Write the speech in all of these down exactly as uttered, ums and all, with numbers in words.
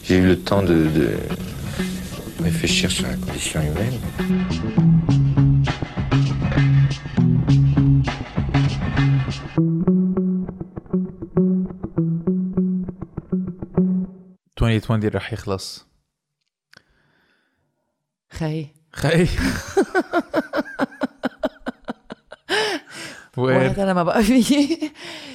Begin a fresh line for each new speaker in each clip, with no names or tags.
J'ai eu le temps de, de réfléchir sur la condition humaine.
عشرين عشرين رح يخلص.
خي
خي
وين انا ما بقى فيه.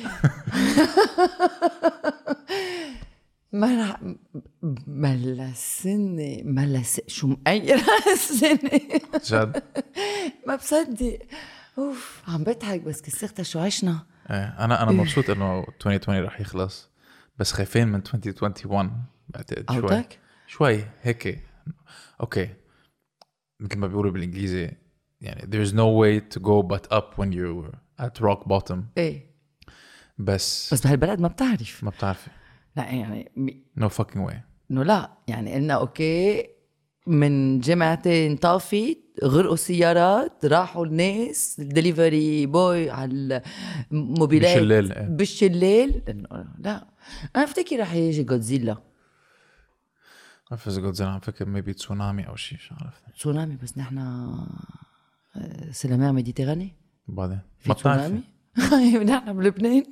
ما ملا السنة ملا س... شو مقيرة السنة
جد
ما بصدق. اوف عم بضحك بس كسرتها شو عشنا.
ايه انا انا مبسوط انه عشرين عشرين رح يخلص بس خايفين من عشرين واحد وعشرين بعتقد شوي
أوتك؟
شوي هيك. اوكي مثل ما بيقولوا بالانجليزي يعني there's no way to go but up when you're at rock bottom.
ايه
بس
بس بهالبلد ما بتعرف.
ما بتعرفي
لا يعني
no fucking way.
انه لا يعني قلنا اوكي من جمعتين طافت غرقوا السيارات راحوا الناس الدليفري بوي على الموبيلات
بش الليل ايه.
بش الليل إنه لا انا افتكر رح يجي جودزيلا.
عارف اذا قد زين عم فكر ميبي تسونامي او شيء مش عارف
تسونامي بس نحنا سلامة ميديتراني
بعدين
في تسونامي. نحن بلبنان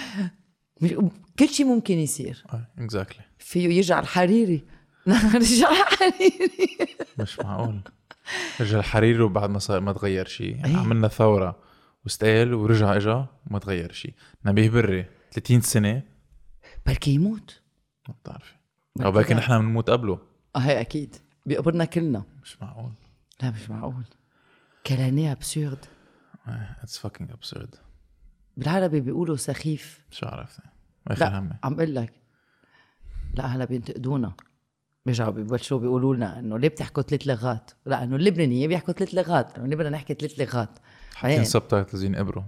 كل شيء ممكن يصير.
exactly.
فيه يرجع الحريري. نرجع الحريري
مش معقول رجع الحريري وبعد ما صار ما تغير شيء يعني
أيه.
عملنا ثورة واستقال ورجع اجا وما تغير شيء. نبيه بري ثلاثين سنة
بركي يموت
ما بتعرفي او بركي نحن بنموت قبله.
اه هي اكيد بيقبرنا كلنا.
مش معقول.
لا مش معقول كلاني ابسورد.
it's fucking absurd.
بالعربي بيقولوا سخيف.
شو عرفت
لا
همي.
عم اقول لك لا هلا بينتقدونا بيرجعوا بيبلشوا بيقولوا لنا انه ليه بتحكوا ثلاث لغات. لا انه اللبنانيه بيحكوا ثلاث لغات انه بدنا نحكي ثلاث لغات.
حاطين سبتايتلز ينقبروا.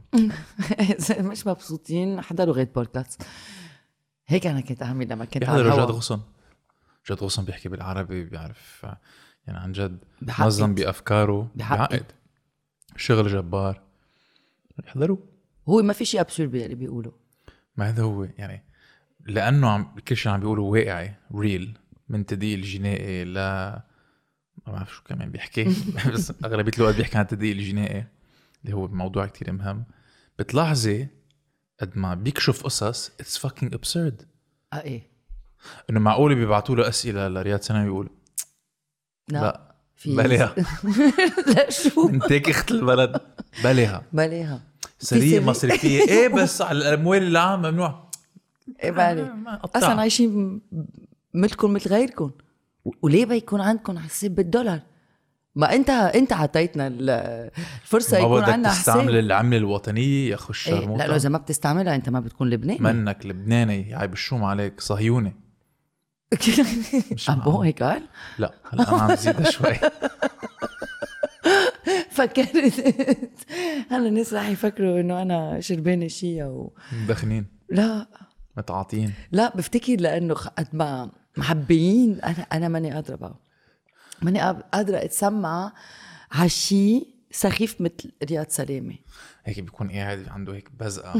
مش مبسوطين حضروا غير بودكاست هيك. انا كنت اعمل لما كنت
على الهوا جد غصن جد غصن بيحكي بالعربي بيعرف يعني عن جد نظم بافكاره بيعقد شغل جبار يحضروا.
هو ما في شيء ابسورد باللي بيقولوا.
ما هذا هو يعني لانه عم كل شيء عم بيقولوا واقعي ريل من تدقيق الجنائي لا ما بعرف شو كمان بيحكي. بس اغلبيه الوقت بيحكي عن التدقيق الجنائي اللي هو موضوع كتير مهم. بتلاحظي قد ما بيكشف قصص it's fucking absurd.
اه ايه
انه معقول بيبعتوا له اسئله لرياض سنه يقول
لا,
لا.
في
بليها
لا شو
انتك اخت البلد بليها
بليها
سرية مصرفيه ايه بس على الاموال العامه ممنوع.
ايه بالي اصلا عايشين مثلكم مثل غيركم وليه بيكون عندكم حساب بالدولار؟ ما انت انت عطيتنا الفرصه يكون عندنا حساب.
تستعمل العمله الوطنيه يا اخو الشرموطه.
لا لو اذا ما بتستعملها انت ما بتكون لبناني.
منك لبناني عيب الشوم عليك صهيوني.
ابو هيك قال
لا هلا انا عم زيد شوي.
فكرت انا الناس راح يفكروا انه انا شربانه شيء او
مدخنين.
لا
متعاطين.
لا بفتكر لانه قد ما محبيين انا انا ماني قادره بقى ماني قادره اتسمع هالشي سخيف مثل رياض سلامه.
هيك بيكون قاعد عنده هيك بزقه.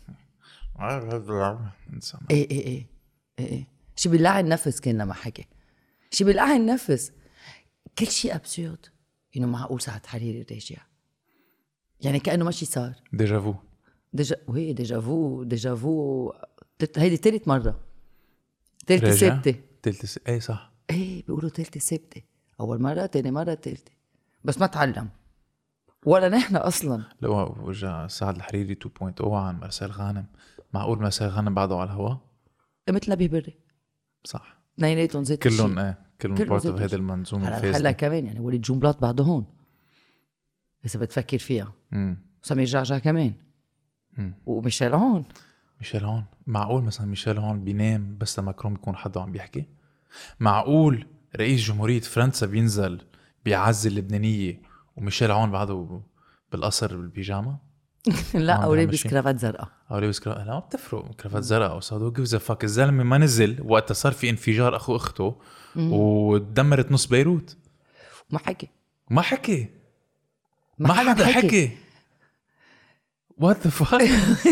ايه ايه ايه ايه شي بيلعن النفس كان لما حكي شي بيلعن النفس. كل شيء ابسورد انه معقول ساعه حريري راجع يعني كانه ماشي صار.
ديجافو
ديجا وهي ديجافو ديجافو هيدي ثالث مره ثالثه ثابته
ثالثه اي صح
ايه بيقولوا ثالثه ثابته. اول مره ثاني مره ثالثه بس ما تعلم ولا نحن اصلا.
لو ورجع سعد الحريري تو بوينت او عن مرسال غانم. معقول مرسال غانم بعده على الهواء
مثل نبيه بري
صح
اثنيناتهم زيت
كلهم ايه كلهم بارت اوف هذا المنظومه الفاسده.
هلا كمان يعني وليد جنبلاط بعده هون اذا بتفكر فيها.
امم
سمير جعجع كمان
امم
وميشيل هون.
ميشيل هون معقول مثلا ميشيل هون بينام بس لما كروم يكون حدا عم بيحكي؟ معقول رئيس جمهورية فرنسا بينزل بيعزل اللبنانية وميشيل هون بعده بالقصر بالبيجامة؟
لا او لابس كرافات زرقاء
او لابس كرافات لا ما بتفرق كرافات زرقاء او سوداء جيفز فاك. الزلمه ما نزل وقت صار في انفجار اخو اخته ودمرت نص بيروت
ما حكي
ما حكي
ما,
ما حدا حكي, حكي. وات ذا فاك.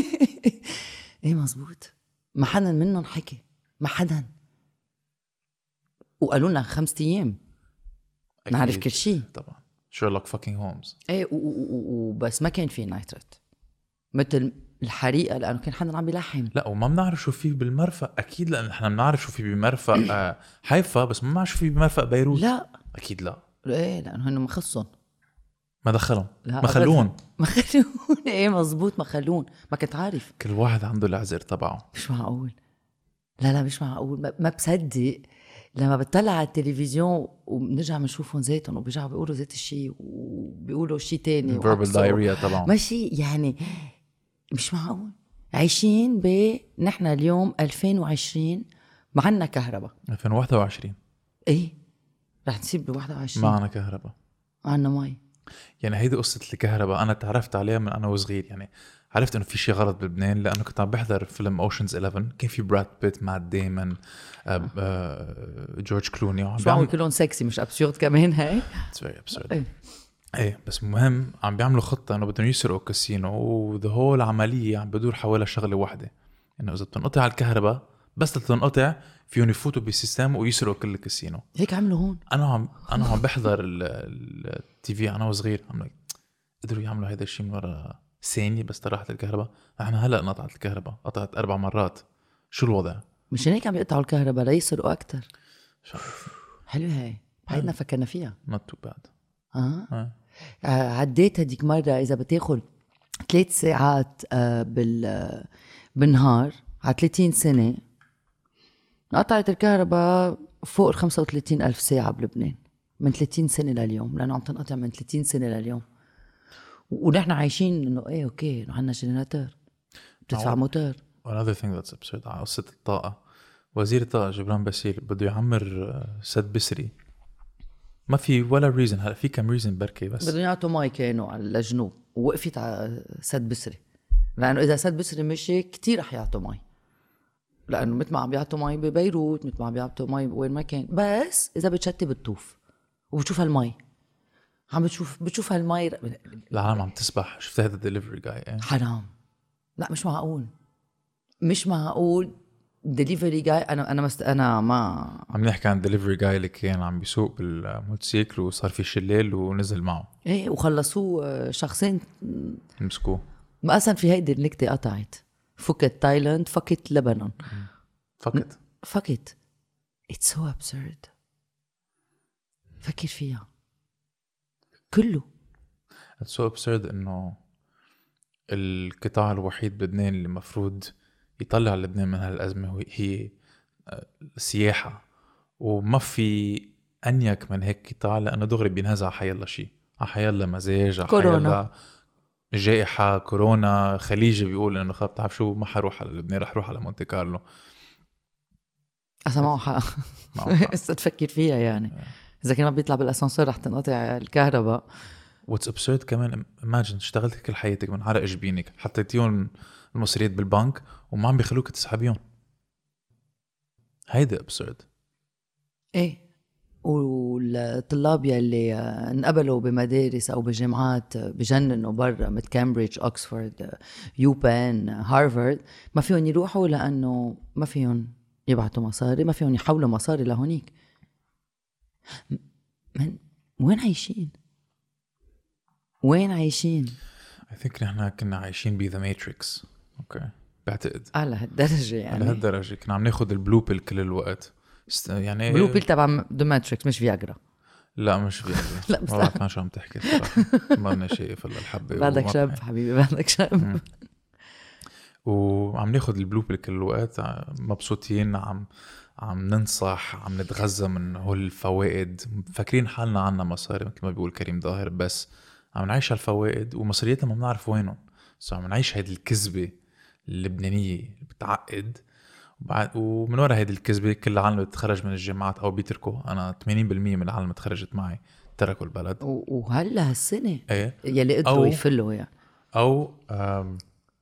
ايه مزبوط ما حدا منهم حكي ما حدا وقالوا لنا خمسة ايام نعرف كل شيء
طبعا. شيرلوك فاكينج هومز.
ايه وبس ما كان في نايترات مثل الحريقه لانه كان حدا عم بيلحم.
لا وما بنعرف شو في بالمرفأ اكيد، لان احنا بنعرف شو في بمرفأ حيفا بس ما بنعرف شو في بمرفأ بيروت.
لا
اكيد لا.
ايه لانه هن مخصهم
ما دخلهم ما خلون
ما خلون. ايه مزبوط ما خلون. ما كنت عارف
كل واحد عنده العذر تبعه.
مش معقول. لا لا مش معقول. ما, ما بصدق لما بتطلع على التلفزيون وبنرجع بنشوفهم ذاتهم وبيرجعوا بيقولوا ذات الشيء وبيقولوا شيء تاني
verbal diarrhea طبعا.
ماشي يعني مش معقول. عايشين ب نحن اليوم ألفين وعشرين معنا كهرباء.
ألفين وواحد وعشرين
ايه رح نصير ب واحد وعشرين
معنا كهرباء
معنا مي.
يعني هيدي قصة الكهرباء أنا تعرفت عليها من أنا وصغير. يعني عرفت إنه في شيء غلط بلبنان لأنه كنت عم بحضر فيلم أوشنز إحدى عشر، كان في براد بيت، مات ديمون، آه آه جورج كلوني، وعم
بيعملوا كلهم سكسي مش أبسورد كمان. هاي
It's very absurd. ايه ايه بس مهم عم بيعملوا خطة إنه بدهم يسرقوا كاسينو، وذا هول العملية عم بدور حوالي شغلة واحدة، إنه إذا بتنقطع على الكهرباء بس تنقطع فيهم يفوتوا بالسيستم ويسرقوا كل الكاسينو.
هيك عملوا هون.
أنا عم أنا عم بحضر التي في أنا وصغير، عم قدروا يعملوا هيدا الشيء من ورا ثانية بس طرحت الكهرباء. احنا هلا نقطعت الكهرباء، قطعت أربع مرات. شو الوضع؟
مش هيك عم يقطعوا الكهرباء ليسرقوا أكتر. حلوة هاي بعدنا فكرنا فيها.
not too bad.
آه. آه. عديت هديك مرة إذا بتاخد ثلاث ساعات آه بال بالنهار على ثلاثين سنة قطعت الكهرباء فوق الخمسة وثلاثين ألف ساعة بلبنان من ثلاثين سنة لليوم، لأنه عم تنقطع من ثلاثين سنة لليوم. ونحن عايشين إنه إيه أوكي إنه عنا جنراتور بتدفع موتور.
Another thing that's absurd على قصة الطاقة، وزير الطاقة جبران باسيل بده يعمر سد بسري، ما في ولا ريزن. هلا في كم ريزن بركي بس
بدهم يعطوا مي كانوا على الجنوب ووقفت على سد بسري، لأنه إذا سد بسري مشي كتير رح يعطوا مي، لأنه مثل ما عم بيعطوا مي ببيروت مثل ما عم بيعطوا مي وين ما كان. بس إذا بتشتي بتطوف وبتشوف هالمي عم بتشوف بتشوف هالمي
العالم عم تسبح. شفت هذا الدليفري جاي ايه؟
حرام. لا مش معقول مش معقول دليفري جاي. انا انا مست... انا ما
عم نحكي عن دليفري جاي اللي كان عم بيسوق بالموتوسيكل وصار في شلال ونزل معه
ايه وخلصوه شخصين
مسكوه.
ما اصلا في هيدي النكته قطعت. فكت تايلاند فكت لبنان
فكت
فكت. It's so absurd. فكر فيها كله.
It's so absurd إنه القطاع الوحيد بلبنان اللي مفروض يطلع لبنان من هالأزمة هي السياحة، وما في أنيك من هيك قطاع لأنه دغري بينهزع حيالله شيء، حيالله مزاج، حيالله جائحة كورونا. خليجي بيقول إنه خاب تعرف شو ما حروح على لبنان، رح روح على مونتي كارلو.
أصلا معه حق. بس تفكر فيها يعني إذا كان ما بيطلع بالأسانسور رح تنقطع الكهرباء.
What's absurd كمان imagine اشتغلت كل حياتك من عرق جبينك، حطيتيهم المصريات بالبنك وما عم بيخلوك تسحبيهم. هيدا absurd.
ايه والطلاب يلي انقبلوا بمدارس او بجامعات بجننوا برا مثل كامبريدج، اوكسفورد، يوبان، هارفارد، ما فيهم يروحوا لانه ما فيهم يبعتوا مصاري، ما فيهم يحولوا مصاري لهونيك. من وين عايشين؟ وين عايشين؟
I think نحن كنا عايشين ب The Matrix. اوكي بعتقد
على هالدرجة يعني.
على هالدرجة كنا عم ناخد البلو بيل كل الوقت. يعني
بلو بيل تبع The Matrix مش فياجرا.
لا مش فياجرا.
لا بس
ما بعرف شو عم تحكي صراحة. ما لنا شايف الا الحبة.
بعدك شاب حبيبي بعدك شاب.
وعم ناخد البلو بيل كل الوقت مبسوطين، عم عم ننصح، عم نتغذى من هول الفوائد، فاكرين حالنا عنا مصاري مثل ما بيقول كريم ظاهر، بس عم نعيش على الفوائد ومصرياتنا ما بنعرف وينهم. سو عم نعيش هيدي الكذبة اللبنانية اللي بتعقد، ومن وراء هيدي الكذبة كل العالم بتخرج من الجامعات أو بيتركوا. أنا ثمانين بالمية من العالم تخرجت معي تركوا البلد.
وهلا هالسنة
ايه
يلي قدروا يفلوا يعني
أو آم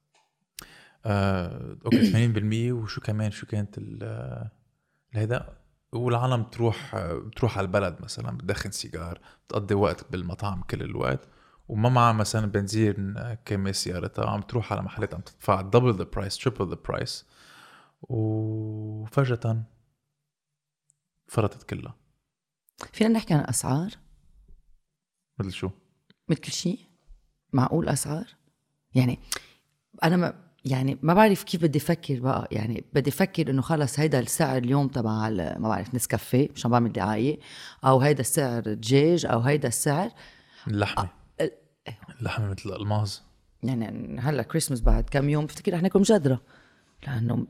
آه، أوكي ثمانين بالمية. وشو كمان شو كانت هيدا، والعالم تروح بتروح على البلد مثلا بتدخن سيجار، بتقضي وقت بالمطاعم كل الوقت، وما معها مثلا بنزين كمية سيارتها، عم تروح على محلات عم تدفع double the price triple the price، وفجأة فرطت كلها.
فينا نحكي عن أسعار
مثل شو؟
مثل كل شيء. معقول أسعار يعني أنا ما يعني ما بعرف كيف بدي أفكر بقى. يعني بدي أفكر إنه خلص هيدا السعر اليوم تبع ما بعرف نسكافيه مش عم بعمل دعاية، أو هيدا السعر دجاج، أو هيدا السعر
اللحمة.
أه
اللحمة مثل الألماظ.
يعني هلا كريسمس بعد كم يوم بفتكر رح ناكل مجدرة لأنه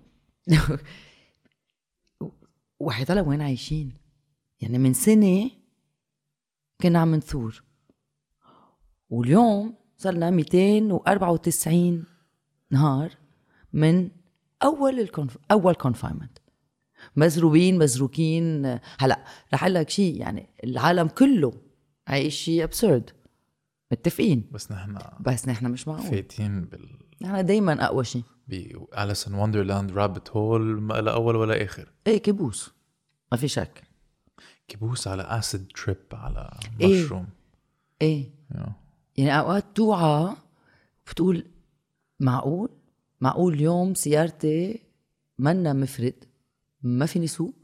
وحيطلع وين عايشين. يعني من سنة كنا عم نثور، واليوم صرنا مئتين وأربعة وتسعين نهار من أول الكونف... أول كونفاينمنت. مزروبين مزروكين. هلا رح أقول لك شيء، يعني العالم كله عايش شيء أبسورد، متفقين،
بس نحن
بس نحن مش معقول
فايتين بال
نحن دايما أقوى شيء.
بأليس إن وندرلاند رابت هول، ما لا أول ولا آخر.
إيه كبوس ما في شك.
كبوس على أسيد تريب على
إيه.
مشروم.
إيه
yeah.
يعني أوقات توعى بتقول معقول معقول اليوم سيارتي منا مفرد ما فيني سوق.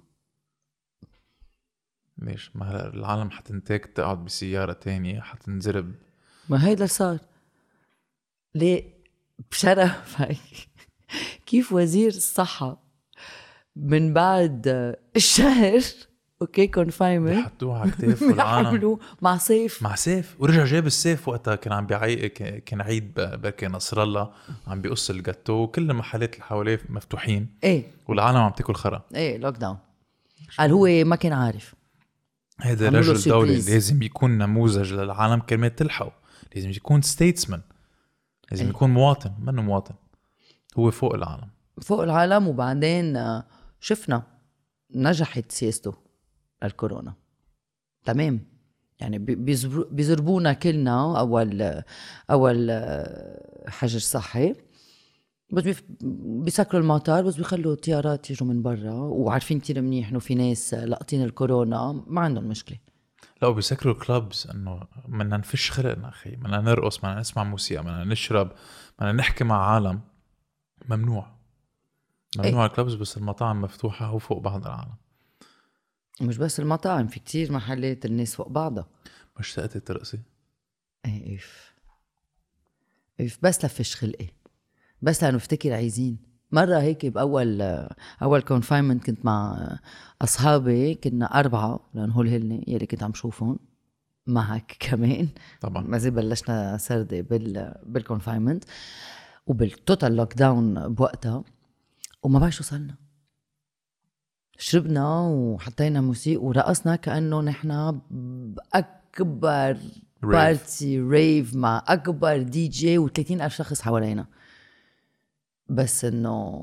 ليش؟ ما هلا العالم حتنتاك تقعد بسيارة تانية حتنزرب.
ما هيدا صار ليه بشرفك. كيف وزير الصحة من بعد الشهر اوكي كونفاينمنت
بيحطوه على كتاف والعالم
مع سيف
مع سيف، ورجع جاب السيف وقتها كان عم بيعي كان عيد بركة نصر الله، عم بيقص الجاتو وكل المحلات اللي حواليه مفتوحين.
ايه
والعالم عم تاكل خرا.
ايه لوك داون. قال هو ما كان عارف.
هذا رجل دولي لازم يكون نموذج للعالم كرمال تلحقه. لازم يكون ستيتسمان، لازم
ايه.
يكون مواطن، منه مواطن، هو فوق العالم
فوق العالم. وبعدين شفنا نجحت سياسته الكورونا تمام. يعني بيزربونا كلنا أول أول حجر صحي، بس بيسكروا المطار، بس بيخلوا الطيارات يجوا من برا، وعارفين كتير منيح إنه في ناس لقطين الكورونا ما عندهم مشكلة.
لا بيسكروا الكلابز إنه بدنا نفش خلقنا أخي، بدنا نرقص، بدنا نسمع موسيقى، بدنا نشرب، بدنا نحكي مع عالم. ممنوع ممنوع
ايه.
الكلابز، بس المطاعم مفتوحة وفوق بعض العالم.
مش بس المطاعم، في كتير محلات الناس فوق بعضها.
مش تأتي ترقصي؟
ايه اف اف بس لفش خلقي، بس لأنه افتكر عايزين. مرة هيك بأول أول كونفاينمنت كنت مع أصحابي، كنا أربعة لأنه هول هلني يلي كنت عم شوفهم معك كمان
طبعا.
ما زي بلشنا سردة بال بالكونفاينمنت وبالتوتال لوك داون بوقتها، وما بعرف شو صرنا. شربنا وحطينا موسيقى ورقصنا كأنه نحنا بأكبر بارتي ريف مع أكبر دي جي وثلاثين ألف شخص حوالينا. بس إنه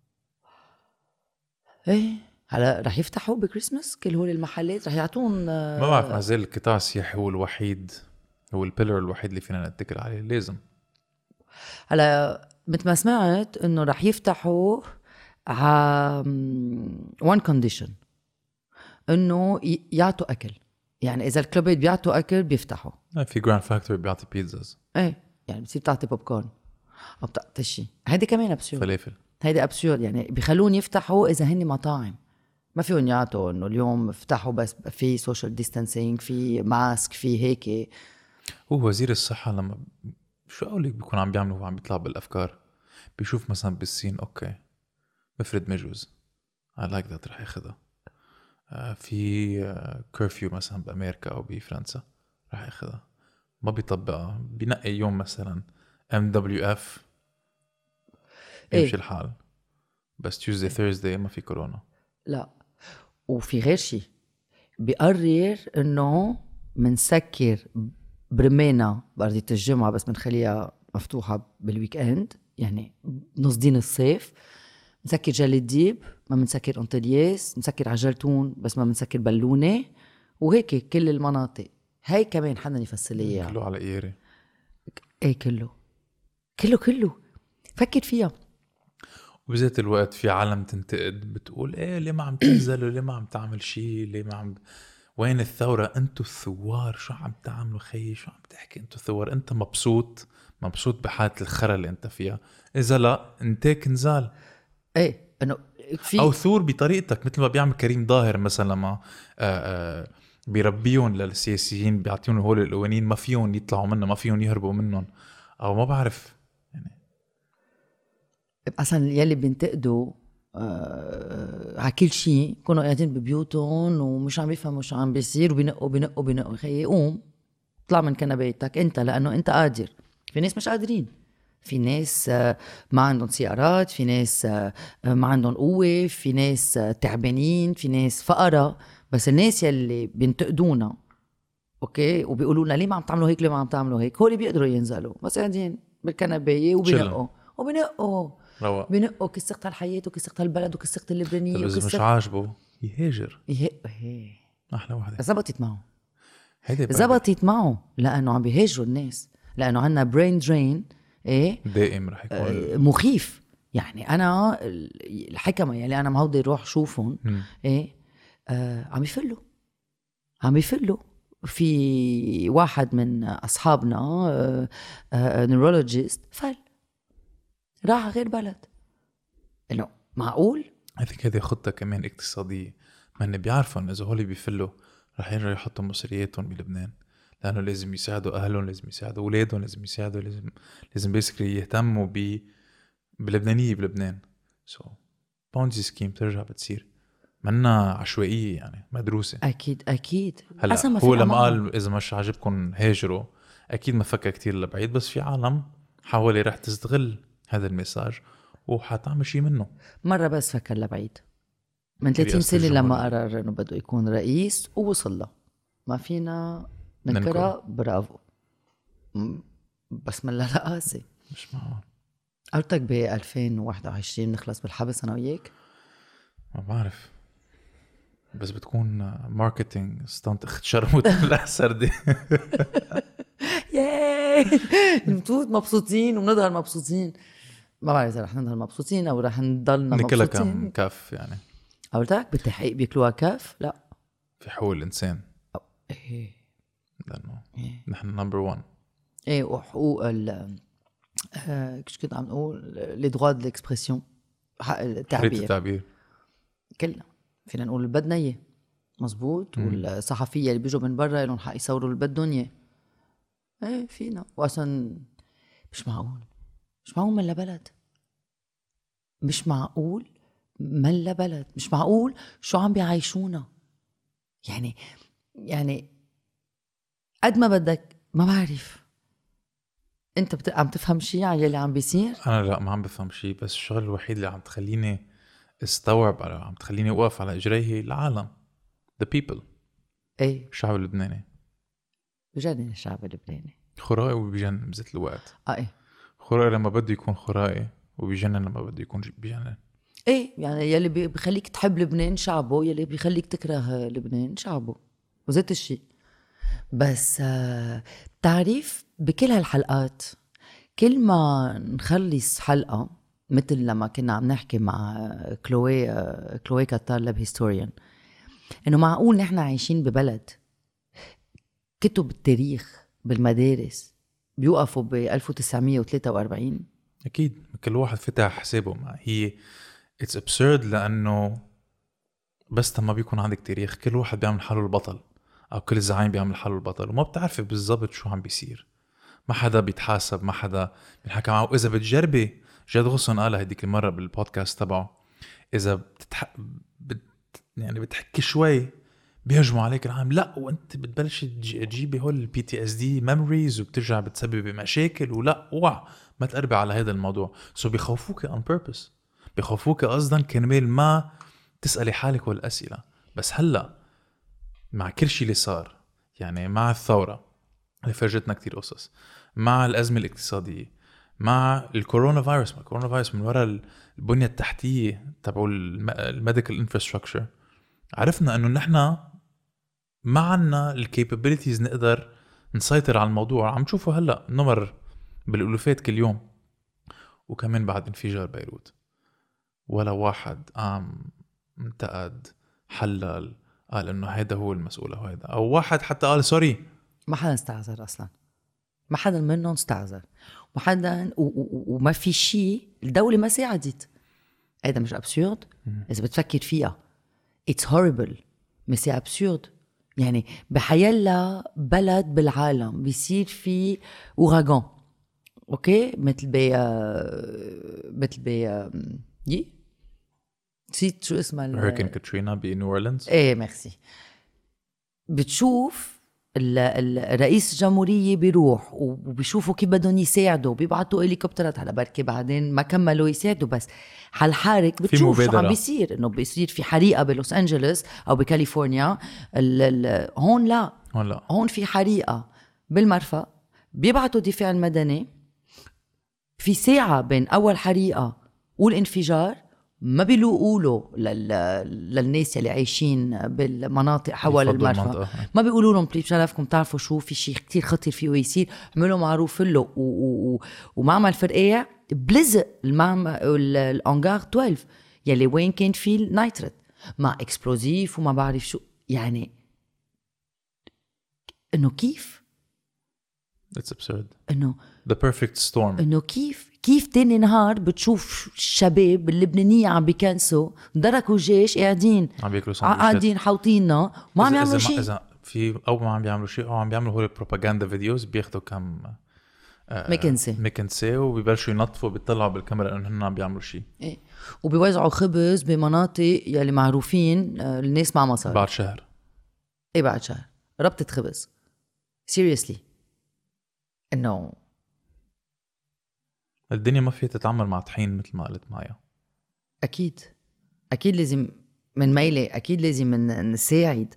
إيه هلا رح يفتحوا بكريسماس كل هول المحلات، رح يعطون.
ما بعرف، ما زال القطاع السياحي هو الوحيد، هو البيلر الوحيد اللي فينا نتكل عليه. لازم
هلا مثل ما سمعت إنه رح يفتحوا ع one condition، إنه يعطوا أكل. يعني إذا الكلوبات بيعطوا أكل بيفتحوا.
في جراند فاكتوري بيعطي بيتزاز.
إيه يعني بتصير تعطي بوب كورن أو بتعطي شيء. هيدي كمان أبسيور،
فلافل.
هيدي أبسيور. يعني بيخلون يفتحوا إذا هني مطاعم ما فيهم يعطوا إنه اليوم افتحوا بس في سوشيال ديستانسينج، في ماسك، في هيك.
هو وزير الصحة لما شو أقولك بيكون عم بيعملوا وعم بيطلع بالأفكار، بيشوف مثلا بالصين أوكي بفرد مجوز I like that رح ياخدها. آه في كيرفيو مثلا بأمريكا أو بفرنسا رح ياخدها، ما بيطبقها، بينقي يوم مثلا إم دبليو إف يمشي
إيه؟
الحال. بس Tuesday Thursday ما في كورونا.
لا وفي غير شيء بيقرر إنه منسكر برمينا بأرضية الجمعة بس منخليها مفتوحة بالويك اند، يعني نص دين الصيف. نسكر جل الديب، ما منسكر انطلياس، نسكر عجلتون بس ما منسكر بلونة، وهيك كل المناطق. هاي كمان حدا يفصل لي
كله على إيري.
ايه كله كله كله فكر فيها.
وبذات الوقت في عالم تنتقد بتقول ايه ليه ما عم تنزلوا، ليه ما عم تعمل شيء، ليه ما عم وين الثورة؟ انتوا الثوار شو عم تعملوا خيي، شو عم تحكي انتوا الثوار؟ انت مبسوط مبسوط بحالة الخرا اللي انت فيها؟ اذا لا انتك نزال.
ايه انه في
او ثور بطريقتك مثل ما بيعمل كريم ظاهر مثلا لما آآ آآ بيربيهم للسياسيين بيعطيهم هول القوانين ما فيهم يطلعوا منها ما فيهم يهربوا منهم او ما بعرف يعني
اصلا يلي بينتقدوا آه على كل شيء كانوا قاعدين ببيوتهم ومش عم بيفهموا شو عم بيصير وبينقوا بينقوا بينقوا خيي قوم طلع من كنبيتك انت لانه انت قادر. في ناس مش قادرين، في ناس آه ما عندهم سيارات، في ناس آه ما عندهم قوة، في ناس آه تعبانين، في ناس فقراء. بس الناس يلي بينتقدونا اوكي وبيقولوا لنا ليه ما عم تعملوا هيك ليه ما عم تعملوا هيك هول بيقدروا ينزلوا بس قاعدين بالكنبايه وبينقوا وبينقوا
روق.
بنقوا كسقت الحياة وكسقت البلد وكسقت اللبنانية.
طب إذا مش
وكسقت
عاجبه يهاجر.
يه... هي.
أحلى واحدة
زبطت معه
هيدي
زبطت معه لأنه عم بيهاجروا الناس لأنه عنا برين درين إيه
دائم رح يكون
آه مخيف. يعني أنا الحكمة يلي أنا معودة روح شوفهم إيه آه عم يفلوا عم يفلوا. في واحد من أصحابنا آه آه نيرولوجيست فل راح غير بلد. إنه معقول؟
هذيك هذه خطة كمان اقتصادية. ما إن بيعرفوا إن إذا هولي بيفلوا رح يرجعوا يحطوا مصرياتهم بلبنان لأنه لازم يساعدوا أهلهم لازم يساعدوا أولادهم لازم يساعدوا لازم لازم بيسكري يهتموا ب بلبنانية بلبنان. سو بونزي سكيم ترجع بتصير منا عشوائية يعني مدروسة.
أكيد أكيد.
هلا هو لما قال إذا مش عاجبكم هاجروا أكيد ما فكر كتير لبعيد بس في عالم حوالي رح تستغل هذا الميساج وحتعمل شيء منه.
مرة بس فكر لبعيد من ثلاثين سنة لما قرر إنه بده يكون رئيس ووصل له. ما فينا نكره برافو بس من لا قاسي
مش معقول.
قلتك ب ألفين وواحد وعشرين نخلص بالحبس أنا وياك.
ما بعرف بس بتكون ماركتينج ستانت اخت شرموت الأحسر دي.
ياي نمتوت مبسوطين ونظهر مبسوطين. ما بعرف إذا رح نظهر مبسوطين أو رح نضلنا مبسوطين.
نكلها كم كف يعني
قلتك بالتحقيق بيكلوها كف. لا
في حقوق الإنسان
إيه
لأنه
إيه.
نحن نمبر وان.
إيه وحقوق ال آه كش كنت عم نقول لي droits de l'expression حق التعبير.
التعبير
كلنا فينا نقول اللي بدنا اياه مزبوط. والصحفية اللي بيجوا من برا لهم حق يصوروا اللي بدهم اياه. ايه فينا. واصلا مش معقول مش معقول من لبلد مش معقول من لبلد مش معقول شو عم بيعيشونا. يعني يعني قد ما بدك ما بعرف انت بت... عم تفهم شيء عن يلي عم بيصير.
انا لا ما عم بفهم شيء بس الشغل الوحيد اللي عم تخليني استوعب على عم تخليني اوقف على اجريه العالم the people.
ايه
الشعب اللبناني
بجنن. الشعب اللبناني
خرائي وبيجنن بذات الوقت.
اه ايه
خرائي لما بده يكون خرائي وبيجنن لما بده يكون بيجنن.
ايه يعني يلي بيخليك تحب لبنان شعبه يلي بيخليك تكره لبنان شعبه وزيت الشيء. بس آه تعريف بكل هالحلقات كل ما نخلص حلقة مثل لما كنا عم نحكي مع كلوي آه كلوي كاتار لاب هيستوريان انه معقول نحن عايشين ببلد كتب التاريخ بالمدارس بيوقفوا ب ألف وتسعمية وثلاثة وأربعين.
اكيد كل واحد فتح حسابه. ما هي it's absurd لانه بس لما بيكون عندك تاريخ كل واحد بيعمل حاله البطل او كل زعيم بيعمل حاله البطل وما بتعرفي بالضبط شو عم بيصير. ما حدا بيتحاسب ما حدا بينحكى معه. اذا بتجربي جاد غصن قالها هديك المره بالبودكاست تبعه اذا بتتح... بت... يعني بتحكي شوي بيهجموا عليك العالم. لا وانت بتبلش تجيبي هول البي تي اس دي ميموريز وبترجع بتسبب مشاكل. ولا اوعى ما تقربي على هذا الموضوع. سو بيخوفوك on purpose بيخوفوك قصدا كرمال ما تسألي حالك والأسئلة. بس هلأ مع كل شيء اللي صار يعني مع الثورة اللي فرجتنا كتير قصص مع الأزمة الاقتصادية مع الكورونا فيروس مع الكورونا فيروس من وراء البنية التحتية تبعو الميديكال انفراستراكشر عرفنا أنه نحن ما عنا الكابابيليتيز نقدر نسيطر على الموضوع. عم تشوفوا هلأ نمر بالألوفات كل يوم. وكمان بعد انفجار بيروت ولا واحد قام انتقد حلل قال انه هيدا هو المسؤول او هيدا او واحد حتى قال سوري.
ما حدا استعذر اصلا. ما حدا منهم استعذر وما حدا و- و- وما في شيء الدولة ما ساعدت. هيدا مش أبسورد؟ إذا بتفكر فيها it's horrible بس c'est absurde. يعني بحيلا بلد بالعالم بيصير في اوراغان اوكي مثل ب مثل ب يي نسيت شو اسمها
هوريكين كاترينا بنيو اورلينز.
ايه ميرسي. بتشوف الرئيس الجمهورية بيروح وبيشوفوا كيف بدهم يساعدوا بيبعتوا هليكوبترات. هلا بركي بعدين ما كملوا يساعدوا بس هالحارك بتشوف شو عم بيصير انه بيصير في حريقة بلوس أنجلوس او بكاليفورنيا. ال ال هون لا
هون لا
هون في حريقة بالمرفأ بيبعتوا دفاع المدني في ساعة بين اول حريقة والانفجار ما بيلوقوا له لل... للناس اللي عايشين بالمناطق حول المرفأ ما بيقولوا لهم بليز شرفكم تعرفوا شو في شيء كتير خطير فيه ويصير عملوا معروف له و... و... و... ومعمل فرقيع بلزق المعمل الانجار اثنا عشر يلي وين كان فيه النايتريت مع اكسبلوزيف وما بعرف شو. يعني انه كيف
It's absurd.
انه
the perfect storm.
انه كيف كيف تاني نهار بتشوف الشباب اللبنانية عم بيكنسوا دركوا الجيش قاعدين
عم بياكلوا سندويشات
قاعدين حاطيننا ما عم يعملوا شيء.
إذا في أو ما عم بيعملوا شيء أو عم بيعملوا هول البروباغندا فيديوز بياخدوا كم آه
مكنسي
مكنسي وبيبلشوا ينطفوا بيطلعوا بالكاميرا إنه هن عم بيعملوا شيء.
إيه. وبيوزعوا خبز بمناطق يلي معروفين آه الناس مع مصاري
بعد شهر.
إيه بعد شهر ربطة خبز seriously إنه
الدنيا ما فيها تتعامل مع طحين مثل ما قلت مايا.
أكيد أكيد لازم من ميلة أكيد لازم نساعد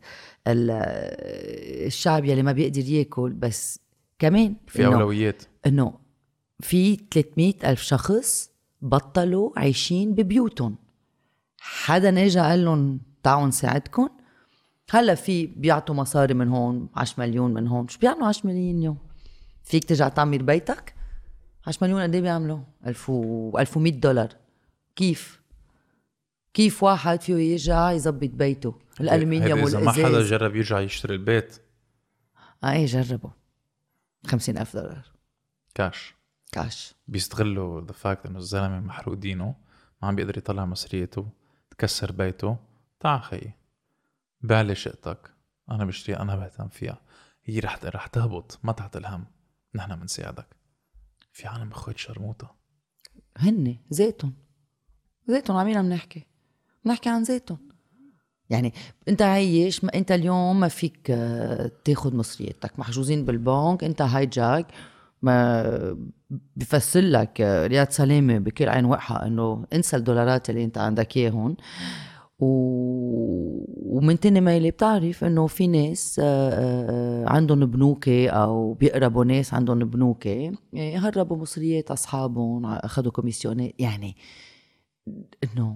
الشعب يلي ما بيقدر يأكل بس كمان
في أولويات
إنه في ثلاثمية ألف شخص بطلوا عايشين ببيوتهم. حدا نجا قال لهم تعالوا نساعدكم. هلا في بيعطوا مصاري من هون عشرة مليون من هون. شو بيعملوا عشرة مليون يوم؟ فيك ترجع تعمر بيتك؟ عشرة مليون قد ايه بيعملوا؟ ألف و ألف ومية دولار. كيف كيف واحد فيه يرجع يزبط بيته؟ الألمنيوم والإزاز.
ما حدا جرب يرجع يشتري البيت.
اه ايه جربوا. خمسين ألف دولار
كاش
كاش.
بيستغلوا the fact انه الزلمه محروق دينه ما عم بيقدر يطلع مصريته تكسر بيته. تعال خيي بيع لي شقتك انا بشتري انا بهتم فيها. هي رح رح تهبط ما تحت الهم. نحن بنساعدك. في عالم بخوت شرموطه
هن ذاتهم ذاتهم عمينا بنحكي بنحكي عن ذاتهم. يعني انت عايش ما انت اليوم ما فيك تاخد مصريتك محجوزين بالبنك. انت هايجاك ما بفصل لك رياض سلامة بكل عين وقحة انه انسى الدولارات اللي انت عندك اياهم. و... ومن تاني ميلة بتعرف انه في ناس عندهم بنوكة او بيقربوا ناس عندهم بنوكة هربوا مصريات اصحابهم اخذوا كوميسيونات. يعني انه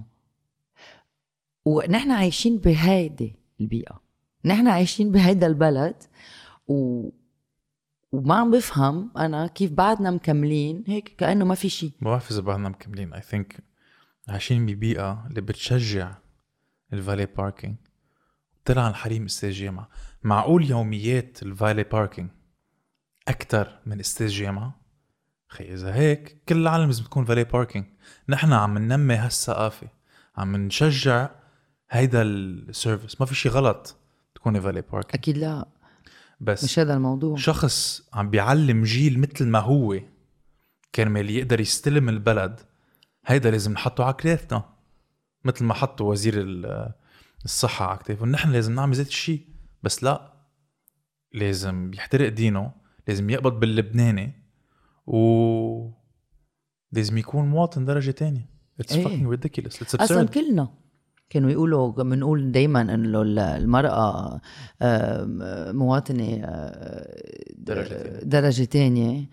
ونحن عايشين بهيدي البيئة نحن عايشين بهيدا البلد و... وما عم بفهم انا كيف بعدنا مكملين هيك كأنه ما في شيء.
ما بعرف اذا بعدنا مكملين. I think عايشين ببيئة اللي بتشجع الفالي باركينج. طلع الحريم استاذ جامعة. معقول يوميات الفالي باركينج أكتر من استاذ جامعة؟ خي إذا هيك كل العالم لازم تكون فالي باركينج. نحن عم ننمي هالثقافة عم نشجع هيدا السيرفيس. ما في شي غلط تكوني فالي باركينج
أكيد لا
بس
مش هذا الموضوع.
شخص عم بيعلم جيل مثل ما هو كرمال يقدر يستلم البلد. هيدا لازم نحطه على كتافنا مثل ما حطوا وزير الصحة على كتافه. نحن لازم نعمل ذات الشيء بس لا لازم يحترق دينه. لازم يقبض باللبناني و لازم يكون مواطن درجة تانية. It's
إيه.
fucking ridiculous. It's absurd.
أصلا كلنا كانوا يقولوا منقول دايما انه المرأة مواطنة
درجة,
درجة تانية.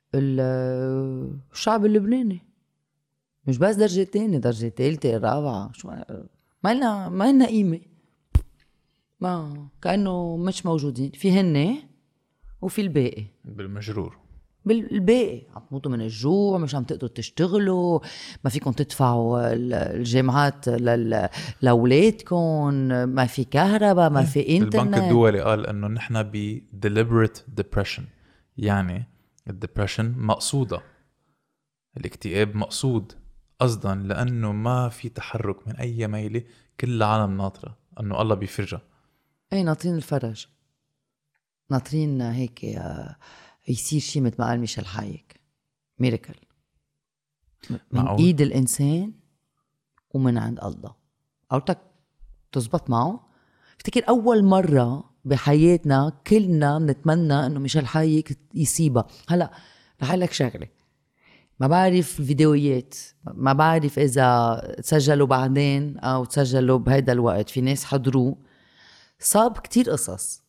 الشعب اللبناني مش بس درجة تانية درجة تالتة رابعة شو ما لنا ما لنا قيمة. ما كأنه مش موجودين. في هن وفي الباقي
بالمجرور.
بالباقي عم تموتوا من الجوع مش عم تقدروا تشتغلوا ما فيكم تدفعوا الجامعات لأولادكم ما في كهرباء ما في انترنت.
البنك الدولي قال انه نحن ب deliberate depression. يعني الدبريشن مقصودة. الاكتئاب مقصود قصدا لأنه ما في تحرك من أي ميلة، كل العالم ناطرة أنه الله بيفرجها.
اي ناطرين الفرج، ناطرين هيك آه، يصير شيء مثل ما قال ميشيل حايك، ميراكل من
معقول؟
ايد الانسان ومن عند الله. قولتك تزبط معه. افتكر اول مره بحياتنا كلنا بنتمنى انه ميشيل حايك يصيبها. هلا رح اقول لك شغله، ما بعرف فيديوهات، ما بعرف اذا تسجلوا بعدين او تسجلوا بهيدا الوقت، في ناس حضروه، صاب كتير قصص.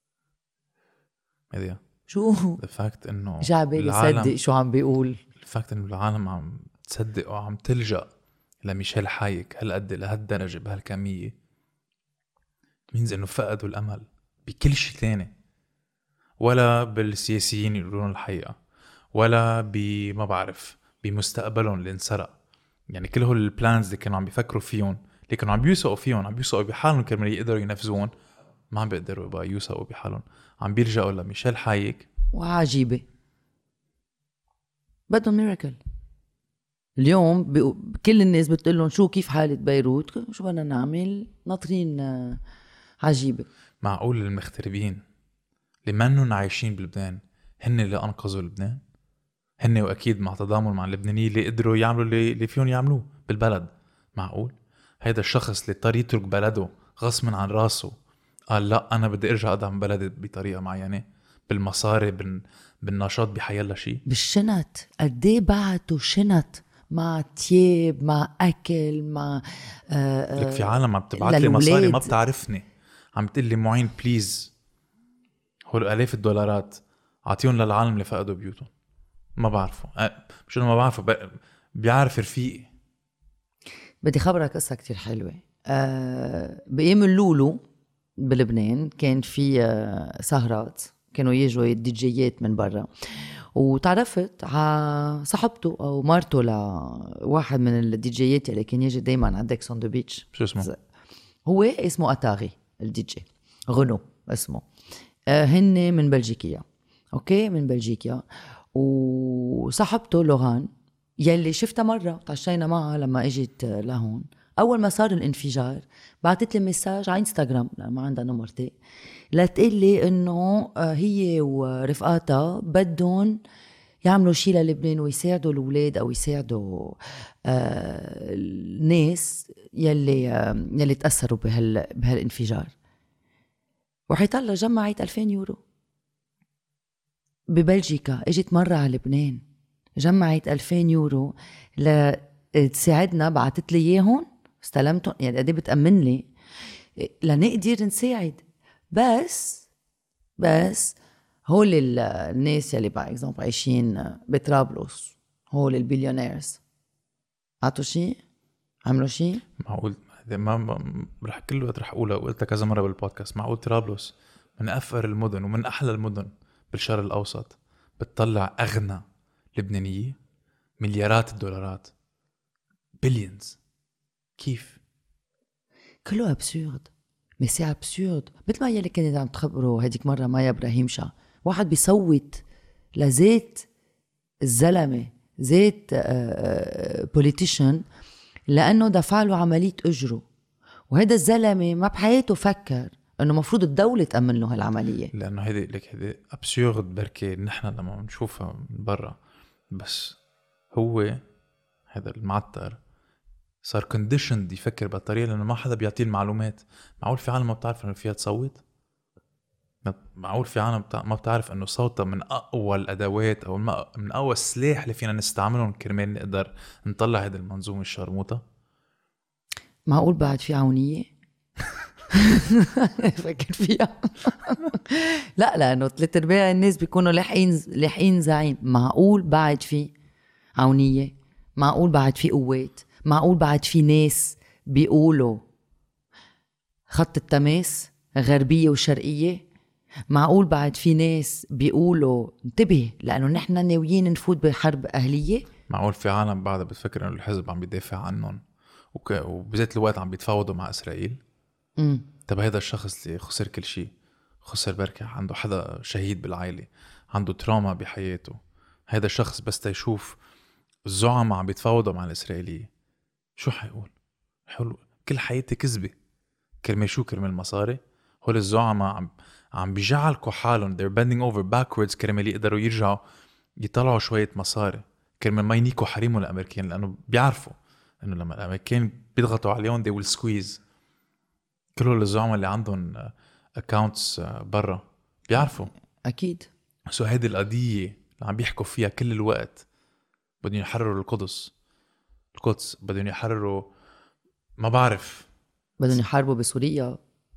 هذه
شو
الفاكت انه
جعبالي صدق شو عم بيقول.
الفاكت انه العالم عم تصدق وعم تلجأ لميشيل حايك هالقد لهالدرجة بهالكمية، مينز انه فقدوا الامل بكل شيء تاني، ولا بالسياسيين يقولون الحقيقة، ولا بما بعرف بمستقبلهم اللي انسرق. يعني كل هول البلانز اللي كانوا عم بيفكروا فيهم، اللي كانوا عم بيوثقوا فيهم، عم بيوثقوا بحالهم كرمال يقدروا ينفذون، ما عم بيقدروا يبقى يوثقوا بحالهم، عم بيلجأوا لميشيل حايك.
وعجيبة بدهم ميراكل. اليوم بيقو... كل الناس بتقلهم شو كيف حالة بيروت، شو بدنا نعمل، ناطرين آه، عجيبة.
معقول المغتربين اللي منهم عايشين بلبنان هن اللي أنقذوا لبنان؟ هن وأكيد مع تضامن مع اللبنانيين اللي قدروا يعملوا اللي, اللي فيهم يعملوه بالبلد. معقول هيدا الشخص اللي اضطر يترك بلده غصبا عن راسه قال لا أنا بدي أرجع أدعم بلدي بطريقة معينة، بالمصاري، بال... بالنشاط، بحيالله شيء،
بالشنط قديه بعتوا شنط مع تياب مع أكل مع آه
لك في عالم عم تبعت لي
للولاد.
مصاري ما بتعرفني، عم تقول لي معين بليز هول آلاف الدولارات عطيهم للعالم اللي فقدوا بيوتهم. ما بعرفه أه مش انه ما بعرفه ب... بيعرف رفيقي.
بدي خبرك قصة كتير حلوة. أه بأيام اللولو بلبنان كان في أه سهرات، كانوا يجوا الديجيات من برا، وتعرفت على صاحبته او مرته لواحد من الديجيات اللي كان يجي دايما على ديكس اون ذا بيتش.
شو اسمه؟
هو اسمه اتاغي الدي جي، غنو اسمه. أه هن من بلجيكيا، اوكي من بلجيكيا. وصاحبته لوغان يلي شفتها مرة تعشينا معها لما اجت لهون، اول ما صار الانفجار بعتت لي مساج على انستغرام لأن ما عندها نمرتي، لتقول لي انه هي ورفقاتها بدهم يعملوا شيء للبنان ويساعدوا الاولاد او يساعدوا آه الناس يلي آه يلي تاثروا بهال بهالانفجار. وحيطلع جمعت ألفين يورو ببلجيكا، اجت مرة على لبنان جمعت ألفين يورو لتساعدنا، بعتت لي اياهم استلمتهم، يعني قد ايه بتأمن لي لنقدر نساعد. بس بس هول الناس يلي باي اكزامبل عايشين بطرابلس، هول البليونيرز عطوا شيء، عملوا شيء؟
معقول ما, ما رح كل وقت رح اقولها وقلتها كذا مره بالبودكاست، معقول طرابلس من افقر المدن ومن احلى المدن بالشرق الاوسط بتطلع اغنى لبنانيه مليارات الدولارات، بليونز؟ كيف؟
كله ابسورد، ميسي ابسورد. مثل ما يلي كانت عم تخبروا هديك مره مايا ابراهيم شا، واحد بيصوت لزيت الزلمه، زيت بوليتيشن لانه دفع له عمليه اجره، وهذا الزلمه ما بحياته فكر انه مفروض الدوله تامن له هالعمليه.
لانه هيدي لك هيدي ابسورد بركي نحن لما بنشوفها من برا، بس هو هذا المعتر صار كونديشند يفكر بالطريقه لانه ما حدا بيعطيه المعلومات. معقول في عالم ما بتعرف انه فيها تصوت؟ معقول في عالم ما بتعرف انه صوتها من اقوى الادوات او من اقوى السلاح اللي فينا نستعملهم كرمال نقدر نطلع هذه المنظومه الشرموطه؟
معقول بعد في عونيه؟ فكر فيها. لا لانه ثلاث ارباع الناس بيكونوا لاحقين لاحقين زعيم. معقول بعد في عونيه؟ معقول بعد في قوات؟ معقول بعد في ناس بيقولوا خط التماس غربية وشرقية؟ معقول بعد في ناس بيقولوا انتبه لأنه نحن ناويين نفوت بحرب أهلية؟
معقول في عالم بعد بتفكر أنه الحزب عم بيدافع عنهم وك... وبذات الوقت عم بيتفاوضوا مع إسرائيل؟
امم
طب هذا الشخص اللي خسر كل شيء، خسر بركة عنده حدا شهيد بالعائلة، عنده تراما بحياته، هذا الشخص بس تيشوف الزعماء عم بيتفاوضوا مع الإسرائيلية، شو حيقول؟ حلو، كل حياتي كذبة كرمال شو؟ كرمال المصاري. هول الزعماء عم عم بيجعلكوا حالهم they're bending over backwards كرمال يقدروا يرجعوا يطلعوا شوية مصاري، كرمال ما ينيكوا حريمهم الأمريكان، لأنه بيعرفوا إنه لما الأمريكان بيضغطوا عليهم they will squeeze. كل هول الزعماء اللي عندهم accounts برا بيعرفوا
أكيد.
سو هيدي القضية اللي عم بيحكوا فيها كل الوقت، بدهم يحرروا القدس القدس بدهم يحرروا، ما بعرف،
بدهم يحاربوا بسوريا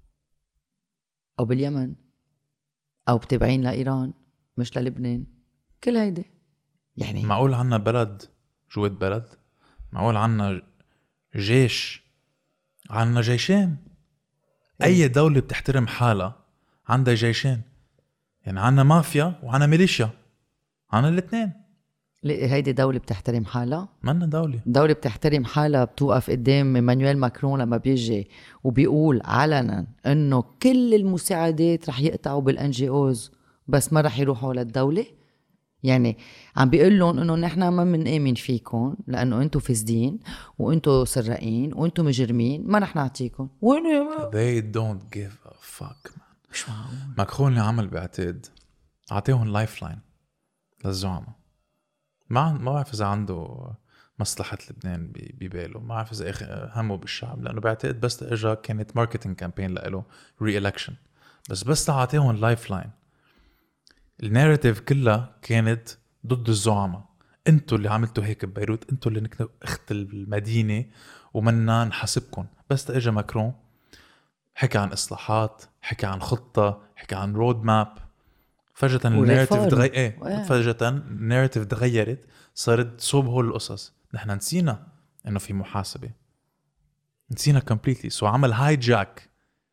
أو باليمن أو بتابعين لإيران مش للبنان. كل هيدي يعني
معقول عنا بلد جوات بلد؟ معقول عنا جيش؟ عنا جيشين. أي دولة بتحترم حالها عندها جيشين. يعني عنا مافيا وعنا ميليشيا، عنا الاثنين.
هيدي دولة بتحترم حالها؟
منا دولة
دولة بتحترم حالها بتوقف قدام مانويل ماكرون لما بيجي وبيقول علنا انه كل المساعدات رح يقطعوا بالان جي اوز بس ما رح يروحوا للدولة. يعني عم بيقول لهم انه نحن ما منآمن فيكم لانه انتم فاسدين وانتم سراقين وانتم مجرمين، ما رح نعطيكم. وين
they don't give a fuck man.
مش معقول.
ماكرون اللي عمل بعتقد اعطيهم لايف لاين للزعماء. ما ما بعرف اذا عنده مصلحة لبنان بباله، ما بعرف اذا همه بالشعب، لانه بعتقد بس اجا كانت ماركتينج كامبين له ري الكشن، بس بس تعطيهم لايف لاين. الناريتيف كلها كانت ضد الزعماء، انتوا اللي عملتوا هيك ببيروت، انتوا اللي نكتوا اخت المدينة ومنا نحاسبكم. بس اجا ماكرون حكى عن اصلاحات، حكى عن خطة، حكى عن رود ماب، فجأة الناريتيف تغير. ايه فجأة الناريتيف تغيرت، صارت صوب هول القصص. نحن نسينا انه في محاسبة، نسينا كومبليتلي. سو عمل هاي جاك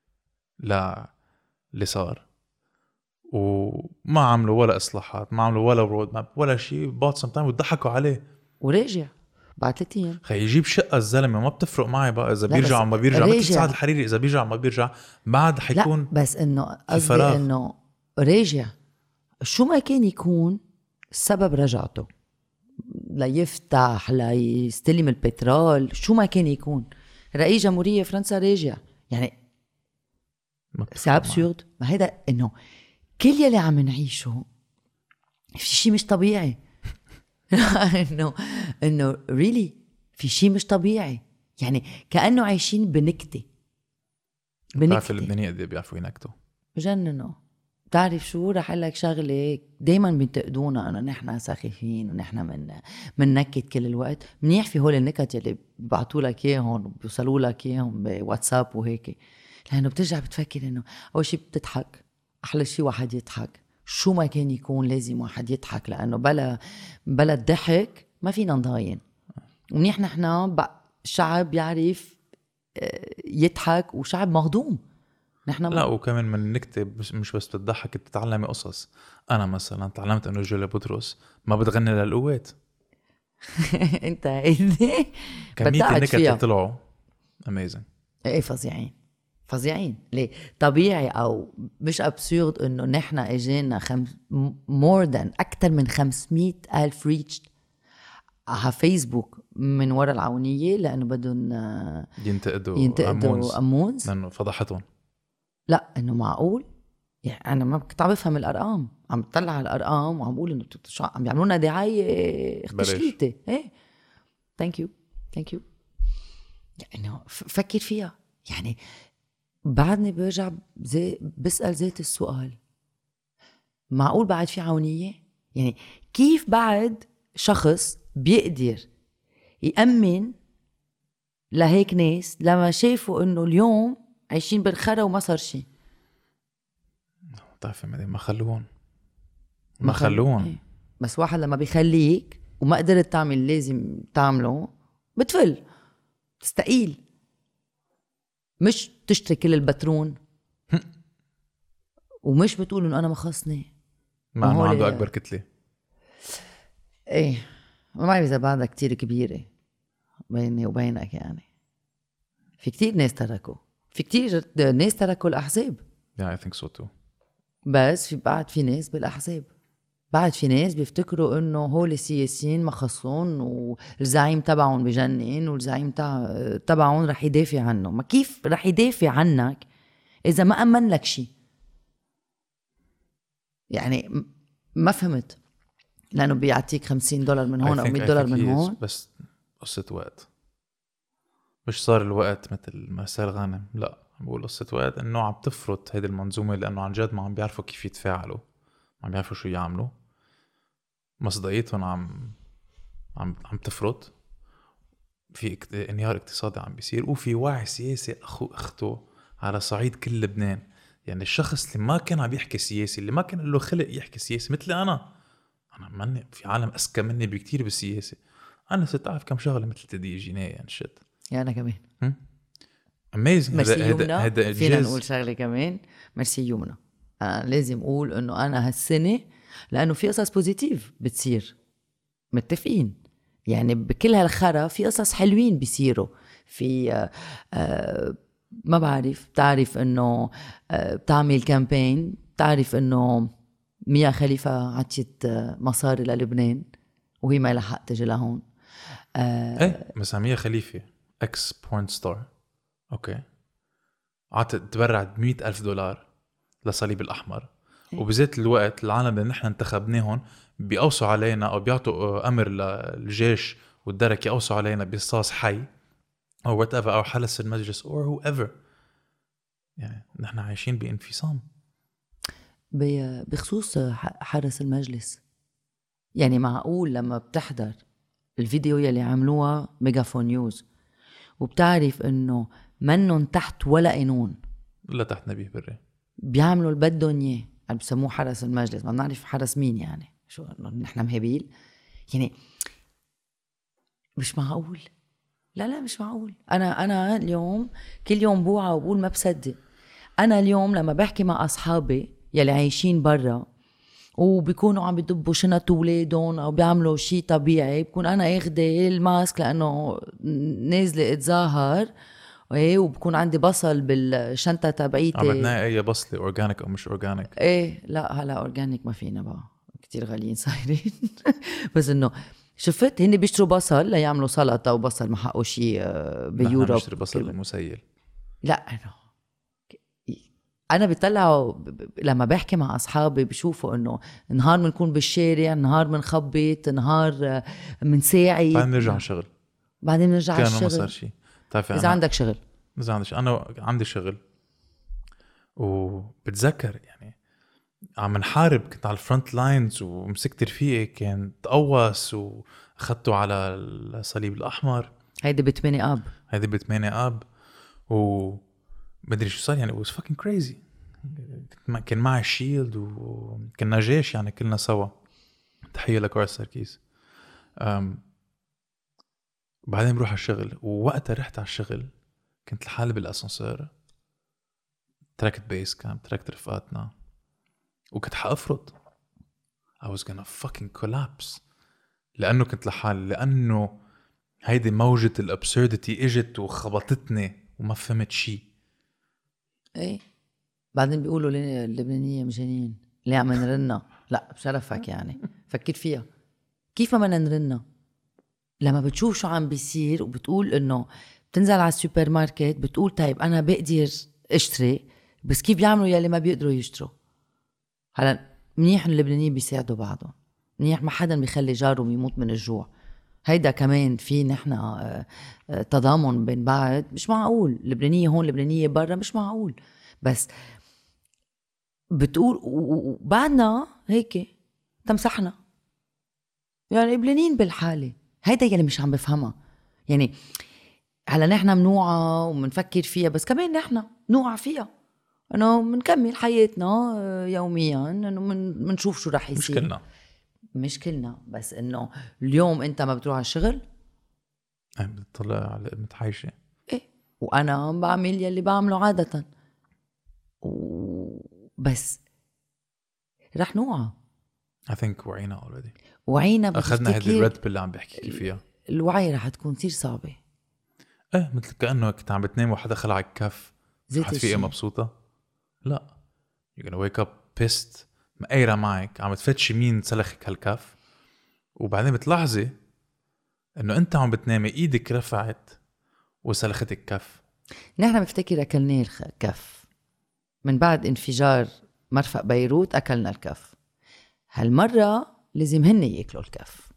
لا اللي صار، وما عملوا ولا اصلاحات، ما عملوا ولا رود ماب ولا شيء. بات سم تايم وضحكوا عليه
ورجع بعد ثلاث ايام.
خي يجيب شقة الزلمة، ما بتفرق معي بقى اذا بيرجع او ما بيرجع. مثل سعد الحريري اذا بيرجع ما بيرجع بعد حيكون.
لا بس انه قصدي انه راجع شو ما كان يكون السبب رجعته ليفتح ليستلم البترول، شو ما كان يكون رئيس جمهورية فرنسا راجع. يعني سابسيورد. ما هيدا انه كل يلي عم نعيشه في شيء مش طبيعي. انه انه ريلي في شيء مش طبيعي. يعني كأنه عايشين بنكتة
بنكتة. بتعرف اللبنانية قد ايه بيعرفوا ينكتوا؟
بجننوا. بتعرف شو رح اقول لك شغله، دايما بينتقدونا انه نحن سخيفين ونحن من مننكت كل الوقت. منيح في هول النكت اللي بيبعتوا لك اياهم وبيوصلوا لك اياهم بواتساب وهيك، لانه بترجع بتفكر انه اول شيء بتضحك. احلى شيء واحد يضحك، شو ما كان يكون لازم واحد يضحك، لانه بلا بلا الضحك ما فينا نضاين. ومنيح نحن شعب يعرف يضحك وشعب مهضوم. نحن
لا وكمان من النكتة مش بس بتضحك، بتتعلمي قصص. أنا مثلا تعلمت أنه جوليا بطرس ما بتغني للقوات.
أنت إيه
كمية النكت اللي طلعوا amazing.
إيه فظيعين فظيعين. ليه طبيعي أو مش أبسورد إنه نحن إجينا خم... more than أكتر من خمسمية ألف ريتش على فيسبوك من وراء العونية، لأنه بدهم
ينتقدوا
ينتقدوا أمونز
لأنه فضحتهم.
لا انه معقول. يعني انا ما كنت عم بفهم الارقام، عم بطلع على الارقام وعم بقول انه عم بيعملوا لنا دعايه اختشليته. ايه ثانك يو ثانك يو. يعني فكر فيها. يعني بعدني برجع زي بسال ذات السؤال، معقول بعد في عونيه؟ يعني كيف بعد شخص بيقدر يأمن لهيك ناس لما شافوا انه اليوم عايشين بالخرا وما صار شيء؟
طيب ما خلوهم ما خلوهم
ايه. بس واحد لما بيخليك وما قدرت تعمل لازم تعمله بتفل تستقيل، مش تشتري كل البترون ومش بتقول انه انا ما خصني
ما انه عنده اكبر كتله.
ايه ما بعرف اذا بعدها كتير كبيره بيني وبينك. يعني في كتير ناس تركوا، في كتير ناس تركوا الأحزاب.
yeah I think so too.
بس في بعد في ناس بالأحزاب بعد في ناس بيفتكروا انه هول السياسيين ما خصون والزعيم تبعهم بجنن والزعيم تاع تبعهم رح يدافع عنه. ما كيف رح يدافع عنك اذا ما امن لك شيء؟ يعني ما فهمت. لانه بيعطيك خمسين دولار من هون او مية دولار من هون.
بس قصة وقت، مش صار الوقت مثل مرسال غانم. لا، بقول قصة وقت انه عم تفرط هيدي المنظومة لانه عن جد ما عم بيعرفوا كيف يتفاعلوا، ما عم بيعرفوا شو يعملوا، مصداقيتهم عم عم عم تفرط، في انهيار اقتصادي عم بيصير، وفي وعي سياسي اخو اخته على صعيد كل لبنان. يعني الشخص اللي ما كان عم يحكي سياسي، اللي ما كان له خلق يحكي سياسي، مثلي انا انا مني في عالم اذكى مني بكتير بالسياسه، انا صرت اعرف كم شغله مثل تدقيق جنائي يعني شت.
يعني انا كمان
اميزنج.
هذا هذا هذا فينا نقول شغله كمان. ميرسي يومنا. أنا لازم اقول انه انا هالسنه لانه في قصص بوزيتيف بتصير، متفقين يعني بكل هالخرا في قصص حلوين بيصيروا. في آآ آآ ما بعرف، بتعرف انه بتعمل كامبين، بتعرف انه ميا خليفة عطيت مصاري للبنان وهي ما لحق تجي لهون.
ايه بس ميا خليفة اكس بورن ستار اوكي عطت تبرعت بمئة ألف دولار للصليب الأحمر. إيه؟ وبذات الوقت العالم اللي نحن انتخبناهم بيقوصوا علينا أو بيعطوا أمر للجيش والدرك يقوصوا علينا بصاص حي أو whatever أو حلس المجلس or whoever. يعني نحن عايشين بانفصام.
بخصوص حرس المجلس، يعني معقول لما بتحضر الفيديو يلي عملوها ميجافون نيوز وبتعرف انه منن تحت ولا قانون،
لا تحت نبيه بري،
بيعملوا اللي بدهم اياه، اللي بسموه حرس المجلس. ما بنعرف حرس مين يعني، شو نحن مهبيل يعني؟ مش معقول. لا لا مش معقول. انا انا اليوم كل يوم بوعى وبقول ما بصدق. انا اليوم لما بحكي مع اصحابي يلي عايشين برا وبيكونوا عم يدبوا شنط ولادهم او بيعملوا شيء طبيعي، بكون انا اخده الماسك لانه نازله اتظاهر ايه، وبكون عندي بصل بالشنطه تبعيتي.
عملنا اي بصله اورجانيك او مش اورجانيك؟
ايه لا هلا اورجانيك ما فينا بقى، كتير غاليين صايرين. بس انه شفت هني بيشتروا بصل ليعملوا سلطه وبصل ما حقوا شيء بيوروب.
نحن بنشتري بصل مسيل.
لا انا انا بيطلعوا لما بحكي مع اصحابي بشوفوا انه نهار بنكون بالشارع، نهار بنخبط، نهار بنساعد،
بعدين نرجع الشغل،
بعدين نرجع
كان
الشغل.
ما صار شيء.
اذا أنا عندك شغل
اذا عندي انا عندي شغل وبتذكر يعني عم نحارب، كنت على الفرونت لاينز ومسكت رفيقي كان تقوس واخدته على الصليب الاحمر.
هيدي بثمانية اب
هيدي بثمانية اب ومدري شو صار يعني. it was fucking crazy. كان معي شيلد وكنا جيش يعني كلنا سوا. تحية لكورس ساركيز. بعدين بروح على الشغل، ووقتها رحت على الشغل كنت لحالي بالاسانسير، تركت بيس كامب، تركت رفقاتنا وكنت حأفرط. I was gonna fucking collapse لأنه كنت لحالي، لأنه هيدي موجة الابسرديتي اجت وخبطتني وما فهمت شي.
ايه بعدين بيقولوا اللبنانية مجانين ليه عم نرنا. لا بشرفك يعني فكر فيها، كيف ما نرنا لما بتشوف شو عم بيصير وبتقول انه بتنزل على السوبر ماركت بتقول طيب انا بقدر اشتري، بس كيف بيعملوا يلي ما بيقدروا يشتروا. هلا منيح اللبنانيين بيساعدوا بعضهم، منيح ما حدا بيخلي جاره يموت من الجوع. هيدا كمان في نحنا تضامن بين بعض. مش معقول لبنانية هون لبنانية برا، مش معقول. بس بتقول وبعدنا هيك تمسحنا يعني لبنانيين بالحالة. هيدا يلي مش عم بفهمها يعني. هلا نحنا منوعة ومنفكر فيها، بس كمان نحنا نوعى فيها انه منكمل حياتنا يوميا، انه من منشوف شو رح يصير.
مش كلنا
مش كلنا بس انه اليوم انت ما بتروح على الشغل
ايه بتطلع على متحيشة
ايه، وانا بعمل يلي بعمله عادة وبس رح نوعى.
I think وعينا already.
وعينا
اخذنا هذه الريد بيل اللي عم بحكي فيها.
الوعي رح تكون كثير صعبة.
ايه مثل كأنه كنت عم بتنام وحدا خلع الكف حتفيقي مبسوطة. لا you're gonna wake up pissed مقايرة معك عم تفتشي مين سلخك هالكف، وبعدين بتلاحظي انه انت عم بتنامي ايدك رفعت وسلختك كف.
نحن بفتكر أكلنا الكف من بعد انفجار مرفأ بيروت، أكلنا الكف. هالمرة لازم هن يأكلوا الكف،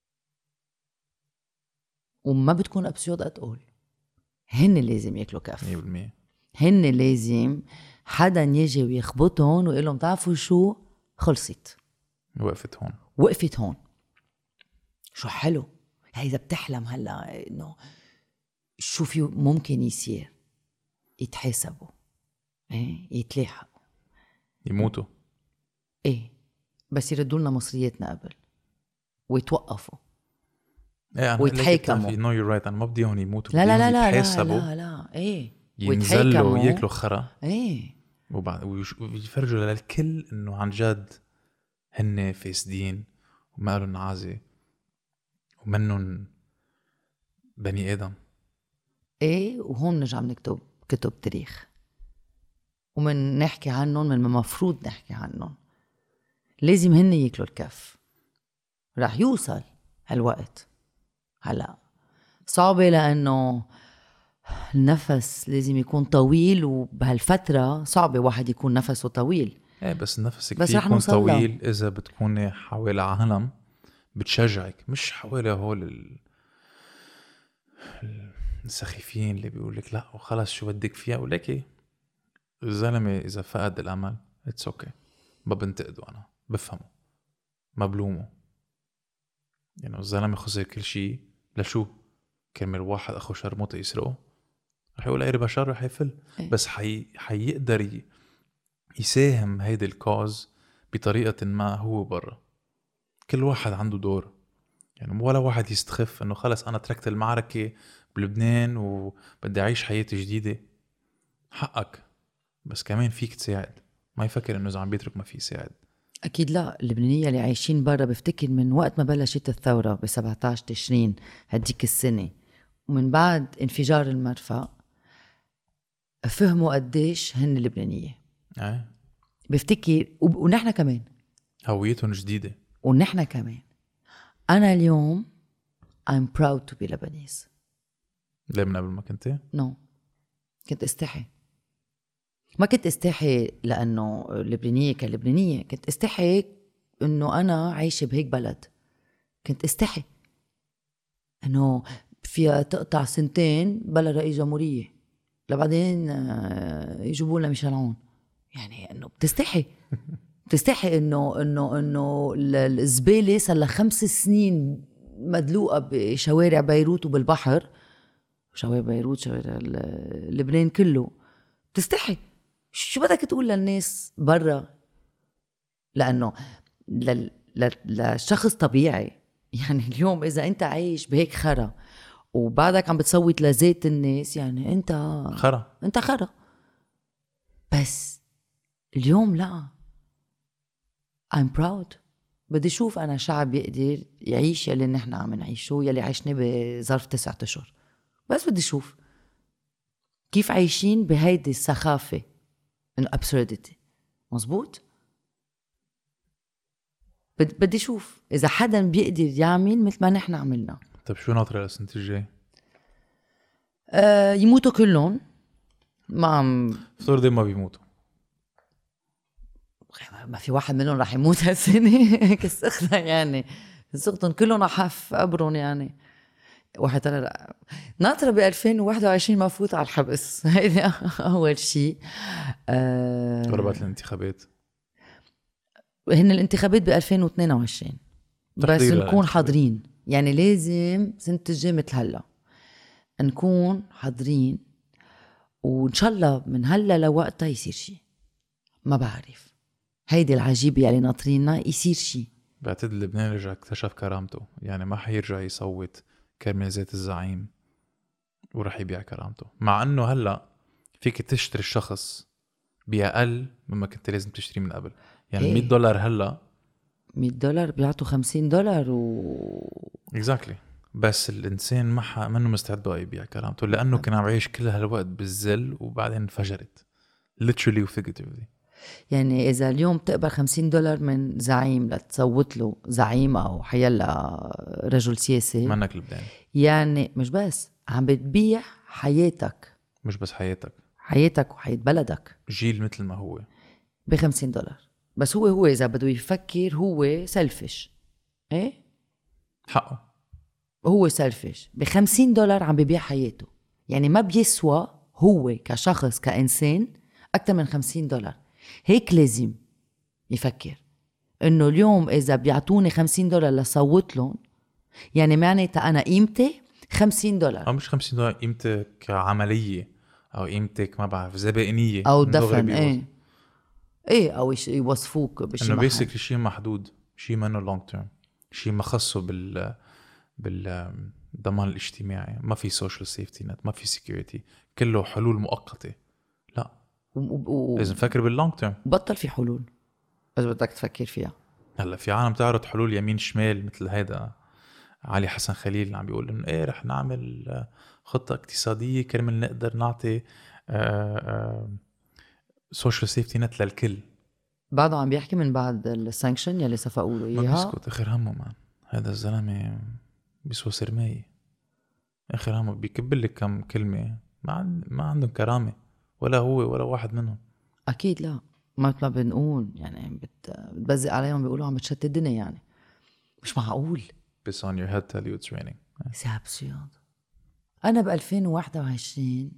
وما بتكون أبسيود أتقول هن لازم يأكلوا كف.
مية بالمية
هن لازم حدا يجي ويخبطهم ويقولهم تعرفوا شو، خلصت،
وقفت هون
وقفت هون. شو حلو هاي إذا بتحلم هلا إنه شو في ممكن يصير، يتحاسبوا، إيه يتلاحقوا،
يموتوا،
إيه بس يردوا لنا مصرياتنا قبل ويتوقفوا
ايه انا
ويتحاكموا.
في نو يو رايت، انا ما بدي هون يموتوا،
لا لا لا لا
يتحاسبوا،
لا لا إيه
ينزلوا وياكلوا خرا،
إيه
وبعد ويفرجوا للكل انه عن جد هن فاسدين وما قالوا نعازي ومنن بني ادم.
إيه وهون نرجع بنكتب كتب تاريخ ومن نحكي عنهم من المفروض نحكي عنهم. لازم هن ياكلوا الكف، رح يوصل هالوقت. هلا صعبة لأنه النفس لازم يكون طويل، وبهالفترة صعبة واحد يكون نفسه طويل.
ايه بس نفسك
بس
فيه
رح
يكون
نوصل
طويل له. اذا بتكوني حوالي عالم بتشجعك، مش حوالي هول ال... السخيفين اللي بيقولك لا وخلص شو بدك فيها. ولكن الزلمة اذا فقد الامل اتس اوكي، ما بنتقده، انا بفهمه، ما بلومه. يعني الزلمة خسر كل شيء لشو؟ كرمال واحد اخو شرموطة يسرقه، رح يقول اي بشر رح يفل.
إيه.
بس حي... حيقدر يساهم هيدا الكوز بطريقة ما هو برا. كل واحد عنده دور، يعني ولا واحد يستخف انه خلص انا تركت المعركة بلبنان وبدي اعيش حياة جديدة. حقك، بس كمان فيك تساعد. ما يفكر انه اذا عم بيترك ما في يساعد.
أكيد لا. اللبنانية اللي عايشين برا بفتكر من وقت ما بلشت الثورة ب سبعة عشر تشرين هديك السنة، ومن بعد انفجار المرفأ فهموا قديش هن اللبنانية.
اه
بفتكر وب... ونحن كمان
هويتهم جديدة.
ونحن كمان. أنا اليوم I'm proud to be Lebanese.
ليه من قبل ما كنت؟
no. كنت استحي. ما كنت استحي لأنه لبنانية كلبنانية، كنت استحي إنه أنا عايشة بهيك بلد. كنت استحي إنه فيها تقطع سنتين بلا رئيس جمهورية لبعدين يجيبوا لنا ميشيل عون. يعني إنه بتستحي بتستحي إنه إنه إنه الزبالة صار لها خمس سنين مدلوقة بشوارع بيروت وبالبحر، شوارع بيروت شوارع لبنان كله. بتستحي. شو بدك تقول للناس برا؟ لأنه للشخص طبيعي يعني اليوم إذا أنت عايش بهيك خرا وبعدك عم بتصوت لذات الناس، يعني أنت
خرا،
أنت خرا. بس اليوم لا، I'm proud. بدي شوف أنا شعب يقدر يعيش يلي نحن عم نعيشه، يلي عايشنا بظرف تسعة أشهر. بس بدي شوف كيف عايشين بهيدي السخافة إنه absurdity. مزبوط. بدي شوف إذا حدا بيقدر يعمل مثل ما نحن عملنا.
طب شو ناطرة للسنة الجاي؟
أه يموتوا كلهم. ما عم
فطور دي ما بيموتوا.
ما في واحد منهم رح يموت هالسنة. كسختها يعني سختهم كلهم رح قبرهم. يعني واحد ترى ناطرة ب ألفين وواحد وعشرين ما فوت على الحبس. هيدا أول شيء. أه
قربت الانتخابات.
هن الانتخابات ب ألفين واثنين وعشرين بس نكون حاضرين. يعني لازم سنة الجاي مثل هلا نكون حاضرين، وإن شاء الله من هلا لوقتها يصير شيء. ما بعرف هيدي العجيبة اللي ناطريننا يصير شيء.
بعتقد لبنان رجع اكتشف كرامته، يعني ما حيرجع يصوت كرمال ذات الزعيم ورح يبيع كرامته. مع انه هلا فيك تشتري الشخص بأقل مما كنت لازم تشتري من قبل. يعني
إيه.
مية دولار هلا
مية دولار بيعطوا خمسين دولار و
exactly. بس الانسان ما ح... منه مستعد بقى يبيع كرامته، لانه كان عم يعيش كل هالوقت بالذل وبعدين انفجرت literally و figuratively.
يعني إذا اليوم تقبل خمسين دولار من زعيم لتصوت له، زعيم أو حيلا رجل سياسي،
منك لبنان.
يعني مش بس عم بتبيع حياتك،
مش بس حياتك،
حياتك وحياة بلدك
جيل مثل ما هو
بخمسين دولار. بس هو هو إذا بده يفكر هو سلفش، إيه
حقه،
هو سلفش بخمسين دولار عم ببيع حياته. يعني ما بيسوى هو كشخص كإنسان أكتر من خمسين دولار. هيك لازم يفكر إنه اليوم إذا بيعطوني خمسين دولار لصوت لهم، يعني معناتها أنا قيمتي خمسين دولار
أو مش خمسين دولار، قيمتك كعملية أو قيمتك ما بعرف زبائنية
أو
من دغري
دفن،
بيوص-
إيه إيه أو يش- يوصفوك بشي
إنه
محل.
بيسكلي شيء محدود، شيء منه لونج تيرم، شيء ما خصه بال بالضمان الاجتماعي. ما في سوشيال سيفتي نت، ما في سيكيورتي، كله حلول مؤقتة. لا،
و- و- و-
لازم نفكر باللونج تيرم.
بطل في حلول إذا بدك تفكر فيها.
هلا في عالم تعرض حلول يمين شمال، مثل هيدا علي حسن خليل اللي عم بيقول انه ايه رح نعمل آه، خطة اقتصادية كرمال نقدر نعطي سوشيال سيفتي نت للكل.
بعده عم بيحكي من بعد السانكشن يلي صفقوا له
ما
إياها.
بيسكت، اخر همه مان هذا الزلمة بيسوى سرماية. اخر همه بيكب لك كم كلمة، ما, عند... ما عندهم كرامة، ولا هو ولا واحد منهم.
أكيد لا، ما ما بنقول يعني بت... بتبزق عليهم، بيقولوا عم بتشتت الدنيا. يعني مش معقول.
Piss on your head tell you it's raining.
سي أبسيض. أنا بألفين وواحد وعشرين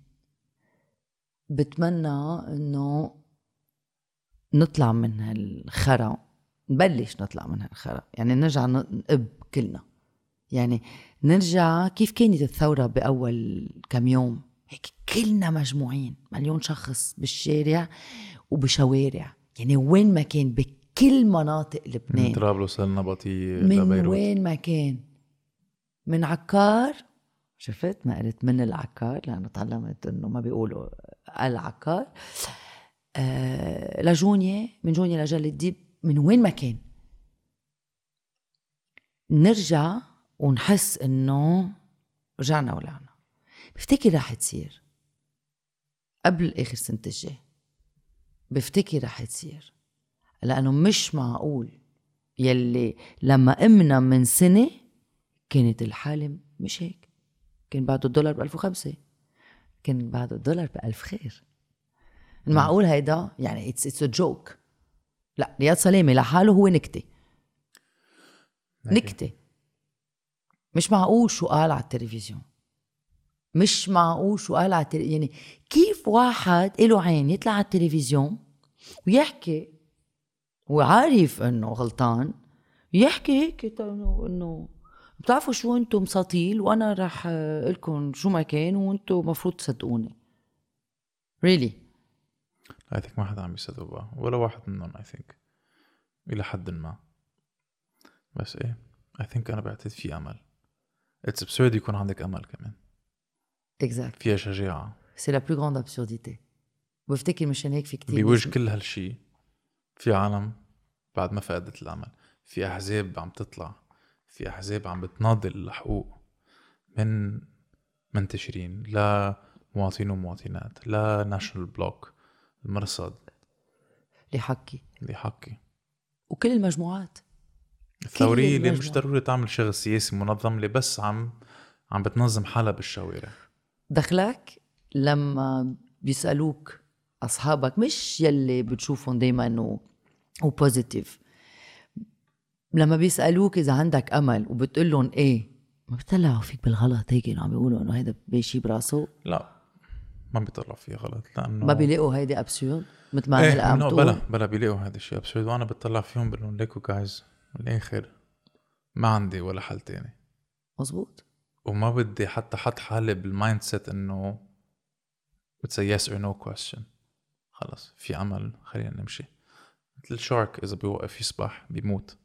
بتمنى إنه نطلع من هالخرا، نبلش نطلع من هالخرا، يعني نرجع نقب كلنا، يعني نرجع كيف كانت الثورة بأول كم يوم، هيك كلنا مجموعين مليون شخص بالشارع وبشوارع، يعني وين ما كان بكل مناطق
من
لبنان،
طرابلس للنبطية
من
لبيروت.
وين ما كان، من عكار، شفت ما قلت من العكار لأنه تعلمت إنه ما بيقولوا العكار، آه لجونية، من جونية لجل الديب، من وين ما كان نرجع ونحس إنه رجعنا ولعنا. بفتكر رح تصير قبل آخر سنة الجاي، بفتكر رح تصير، لأنه مش معقول يلي لما قمنا من سنة كانت الحالة مش هيك، كان بعد الدولار بألف وخمسة، كان بعد الدولار بألف خير. المعقول هيدا يعني it's, it's a joke. لا، رياض سلامة لحاله هو نكتة، نكتة. مش معقول شو قال على التلفزيون، مش معقول شو قال على التلفزيون. يعني كيف واحد له عين يطلع على التلفزيون ويحكي وعارف انه غلطان، يحكي هيك انه بتعرفوا شو انتم مساطيل وانا رح لكم شو ما كان وانتم مفروض تصدقوني. really
I think ما حدا عم يصدقوا ولا واحد منهم I think إلى حد ما. بس إيه I think أنا بعتقد في أمل. It's absurd يكون عندك أمل كمان.
exact.
فيها شجاعة.
c'est la plus grande absurdité. بفتكر مشان هيك في كتير
بوجه كل هالشي في عالم بعد ما فقدت الأمل، في أحزاب عم تطلع، في أحزاب عم بتناضل الحقوق، من منتشرين لا مواطنين ومواطنات، لا ناشنال بلوك، المرصد
اللي حكي
اللي حكي،
وكل المجموعات
الثورية اللي مش ضروري تعمل شغل سياسي منظم، اللي بس عم عم بتنظم حالها بالشوارع.
دخلك لما بيسألوك أصحابك، مش يلي بتشوفهم دايما انه وبوزيتيف، لما بيسألوك إذا عندك أمل وبتقول لهم إيه، ما بيطلعوا فيك بالغلط هيك إنه عم بيقولوا إنه هيدا بيشي براسه؟
لا ما بيطلع فيها غلط، لأنه
ما بيلاقوا هيدا أبسيون مثل ما
ايه
هلا عم
إنه
تقول.
بلا بلا بيلاقوا هذا الشيء أبسورد، وأنا بتطلع فيهم بقول لهم ليكو جايز بالآخر ما عندي ولا حل تاني.
مزبوط.
وما بدي حتى حط حالي بالمايند سيت إنه it's a yes or no question. خلص في أمل خلينا نمشي. مثل الشارك إذا بيوقف يسبح بيموت.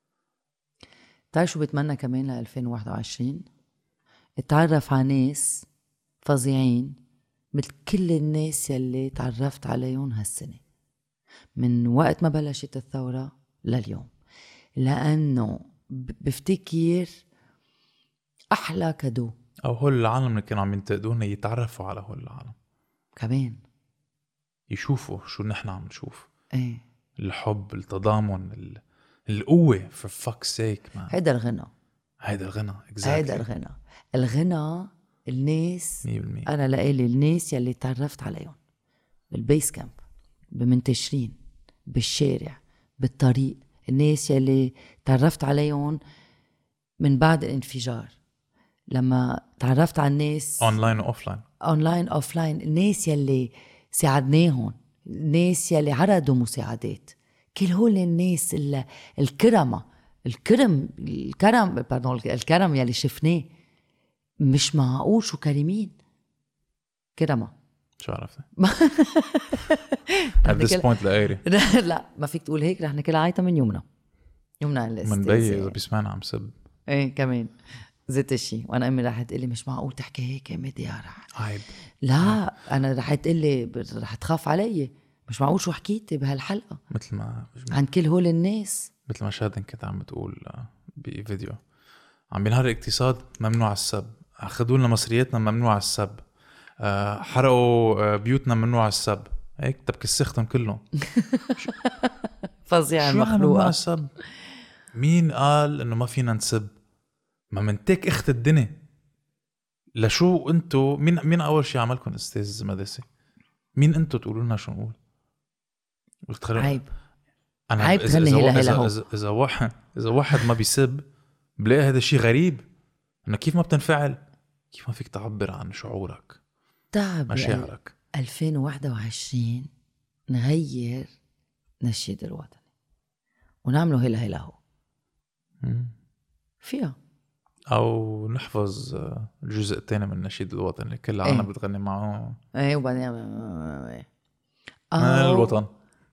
تعرف شو بتمنى كمان ل ألفين وواحد وعشرين؟ اتعرف على ناس فظيعين مثل كل الناس يلي تعرفت عليهم هالسنة من وقت ما بلشت الثورة لليوم، لأنه بفتكر أحلى كادو
أو هول العالم اللي كانوا عم ينتقدونا يتعرفوا على هول العالم
كمان،
يشوفوا شو نحن عم نشوف.
ايه
الحب، التضامن، ال... القوة for fuck's sake man.
هيدا الغنى،
هيدا الغنى exactly.
هيدا الغنى. الغنى الناس
مية بالمية.
انا لقيلي الناس يلي تعرفت عليهم بالبيس كامب، بمنتشرين، بالشارع، بالطريق، الناس يلي تعرفت عليهم من بعد الانفجار، لما تعرفت على الناس
اونلاين واوفلاين،
اونلاين اوفلاين، الناس يلي ساعدناهم، الناس يلي عرضوا مساعدات، كل هول الناس ال- الكرمة الكرم الكرم باردون الكرم يلي شفناه مش معقول شو كريمين كرمة.
شو عرفتي؟ at this point لقيري
لا ما فيك تقول هيك، رح ناكل عايطة من يومنا يومنا
من بي إذا بيسمعنا عم سب
ايه كمان زيت الشي. وانا امي رح تقلي مش معقول تحكي هيك يا مدي يا رح
عيب.
لا انا رح تقلي رح تخاف علي، مش معقول شو حكيتي بهالحلقة
مثل ما
عن كل هول الناس.
مثل ما شادن كنت عم بتقول بفيديو عم بينهار الاقتصاد ممنوع السب، اخذوا لنا مصرياتنا ممنوع السب، أه حرقوا بيوتنا ممنوع السب، هيك طب كسختهم كلهم.
فظيع
شو ممنوع
المخلوقة.
السب؟ مين قال انه ما فينا نسب؟ ما منتك اخت الدنيا. لشو انتو مين مين اول شيء عملكم استاذ مدرسة؟ مين انتو تقولوا لنا شو نقول؟
عيب
أنا
عيب
إذا
تغني
إذا,
هلا هلا
إذا,
هو.
إذا, إذا واحد إذا واحد ما بيسب بلاقي هذا الشيء غريب. إنه كيف ما بتنفعل؟ كيف ما فيك تعبر عن شعورك
تعب
مشاعرك؟
ألفين وواحد وعشرين نغير نشيد الوطني ونعمله هلا هلا هو فيها،
أو نحفظ الجزء الثاني من النشيد الوطني كل العالم
ايه.
بتغني معه.
ايه وبعدين
من
أو...
الوطن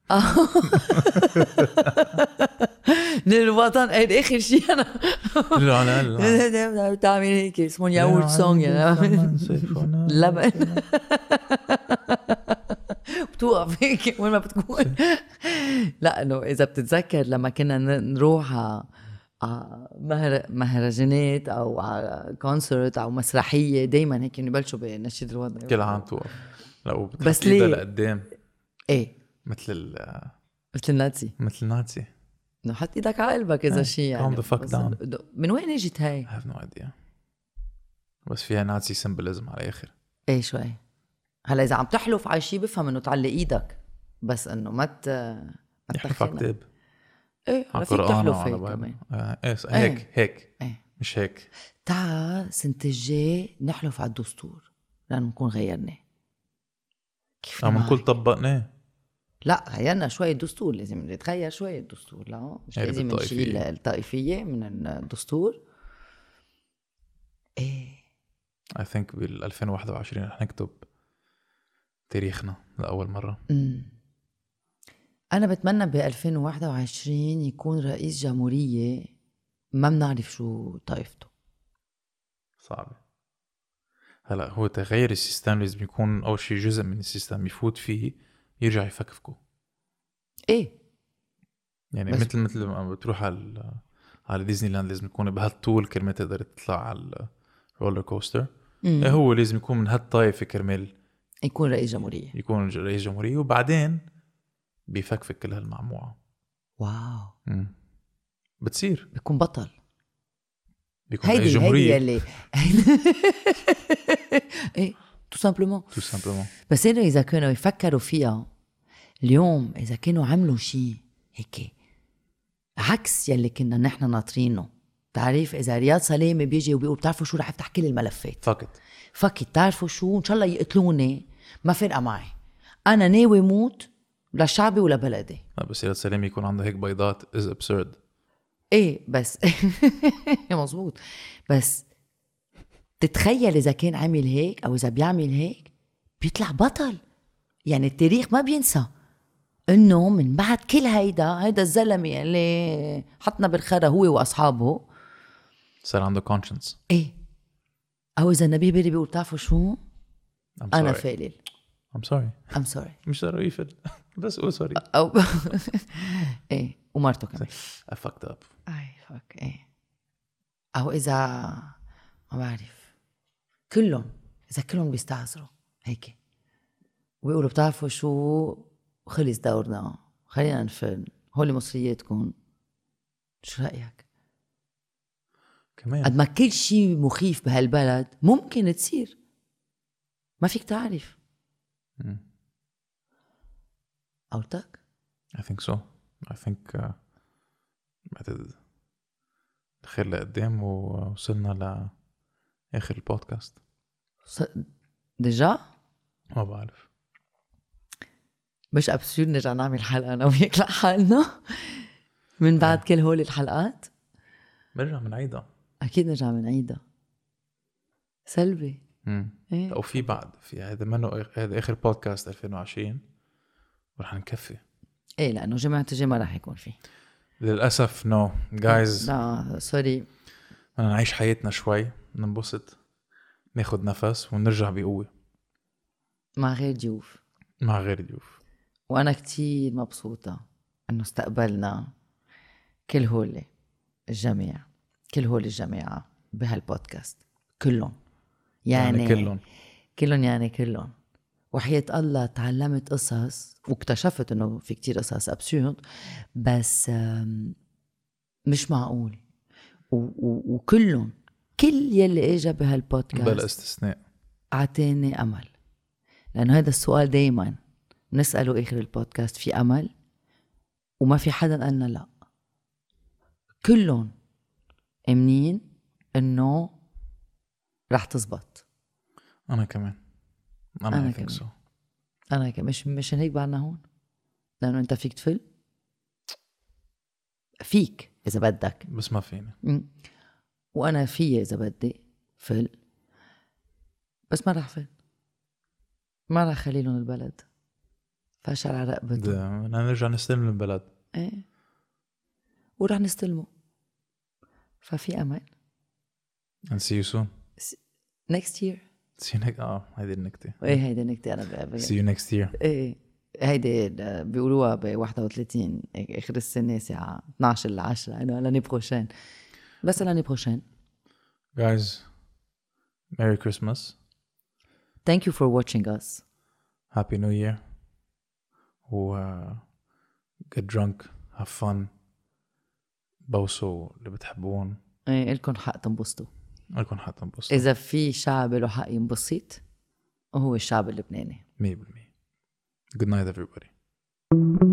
من الوطن. ايه اخر شيء انا
لا لا لا
بتعمل هيك اسمه ياورد سونج لبن بتوقف هيك وين ما بتكون. لا انه اذا بتتذكر لما كنا نروح على مهر... مهرجانات او على كونسرت او مسرحيه دايما هيك يبلشوا بنشيد الوطني
كل عام توقف. لا وبتحط
بس
ايدها
ليه؟
لقدام
ايه
مثل ال
مثل النازي،
مثل النازي.
انه حط ايدك على قلبك اذا
إيه.
شيء يعني.
calm the fuck down.
من وين اجت هاي؟
I have no idea. بس فيها نازي سيمبلزم على الاخر.
ايه شوي. هلا اذا عم تحلف على شيء بفهم انه تعلق ايدك، بس انه ما ت
يحلف على كتاب
ايه
على
فيك
قرآن
تحلف
وعلى
هيك
بايبل.
كمان.
آه ايه هيك هيك
ايه
مش هيك.
تعال سنة الجاي نحلف على الدستور لأنه نكون غيرناه. كيف
عم
معك؟
نقول طبقناه.
لا غيرنا شوية الدستور، لازم نتغير شوية الدستور. لا مش
يعني
لازم
بالطائفية.
نشيل الطائفية من الدستور. ايه
I think بال ألفين وواحد وعشرين رح نكتب تاريخنا لأول مرة.
امم أنا بتمنى ب ألفين وواحد وعشرين يكون رئيس جمهورية ما بنعرف شو طائفته.
صعبة. هلا هو تغيير السيستم لازم يكون أول شيء جزء من السيستم يفوت فيه يرجع يفكفكه.
ايه
يعني
بس-
مثل مثل ما بتروح على على ديزني لاند لازم يكون بهالطول كرمال تقدر تطلع على الرولر كوستر.
مم.
إيه هو لازم يكون من هالطائفة كرمال
يكون رئيس جمهورية.
يكون رئيس جمهورية وبعدين بيفكفك كل هالمعموعة.
واو
مم. بتصير
بيكون بطل.
بيكون رئيس
هيدي هيدي
جمهورية
يلي ايه تو سامبلومون.
تو سامبلومون.
بس انه اذا كانوا يفكروا فيها اليوم، اذا كانوا عملوا شيء هيك عكس يلي كنا نحن ناطرينه. تعرف اذا رياض سلامة بيجي وبيقول بتعرفوا شو رح افتح كل الملفات
فقط
فكت، تعرفوا شو ان شاء الله يقتلوني ما فرقه معي، انا ناوي موت لشعبي ولا بلدي.
لا بس يا سلام يكون عنده هيك بيضات is absurd.
ايه بس مظبوط. بس تتخيل اذا كان عمل هيك او اذا بيعمل هيك بيطلع بطل. يعني التاريخ ما بينسى انه من بعد كل هيدا هيدا الزلمه اللي حطنا بالخرا هو واصحابه
صار عنده conscience.
ايه. او اذا النبي بيري بيقول بتعرفوا شو
I'm
انا
sorry.
فالل
I'm sorry.
I'm sorry
مش صار يفل بس قول سوري.
او ايه ومرته كمان
I fucked up.
اي فك ايه. او اذا ما بعرف كلهم اذا كلهم بيستعذروا هيك ويقولوا بتعرفوا شو خلص دورنا خلينا نفل هول مصرياتكم. شو رأيك؟
كمان
قد ما كل شيء مخيف بهالبلد ممكن تصير، ما فيك تعرف.
مم.
قولتك؟
I think so. I think uh, بعد دخل لقدام ووصلنا لآخر البودكاست.
ص... ديجا؟
ما بعرف.
مش أبسود نرجع نعمل حلقة أنا وياك لحالنا من بعد كل هول الحلقات؟
برجع من عيدها.
أكيد نرجع من عيدها. سلبي.
امم
إيه؟
أو في بعد في هذا منه هذا آخر بودكاست ألفين وعشرين ورح نكفي.
إيه لأنه جمعة الجاي ما رح يكون فيه
للأسف نو جايز.
لا سوري.
بدنا نعيش حياتنا شوي، ننبسط، ناخد نفس ونرجع بقوة
مع غير ضيوف.
مع غير ضيوف.
وأنا كتير مبسوطة أنه استقبلنا كل هول الجميع كل هول الجماعة بهالبودكاست كلهم يعني,
يعني كلهم
كلهم يعني كلهم. وحياة الله تعلمت قصص واكتشفت انه في كتير قصص ابسورد بس مش معقول. وكلهم كل يلي اجا بهالبودكاست
بلا استثناء
اعطاني امل. لانه هذا السؤال دايما نسأله اخر البودكاست، في امل؟ وما في حدا قالنا لا. كلهم امنين انه رح تزبط.
انا كمان انا,
أنا
I think so.
انا كمان مش مش هيك بعدنا هون، لانه انت فيك تفل، فيك اذا بدك
بس ما فيني.
م. وانا في اذا بدي فل، بس ما رح فل، ما رح خلي لهم البلد فشل على رقبته.
بدنا نرجع نستلم البلد.
ايه ورح نستلمه. ففي امل.
and see you soon
next year.
see you next اه هيدي النكتة.
ايه هيدي النكتة انا بقى
see you next year.
ايه هيدي بيقولوها ب واحد وثلاثين اخر السنة الساعة اثناشر لعشرة انه لاني بروشين. بس لاني بروشين.
guys merry Christmas.
thank you for watching us.
happy new year. و uh, get drunk have fun. بوسوا اللي بتحبون.
ايه إلكن حق تنبسطوا.
لكم حق تنبسطوا.
إذا في شعب له حق ينبسط وهو الشعب اللبناني.
مية بالمية. Good night everybody.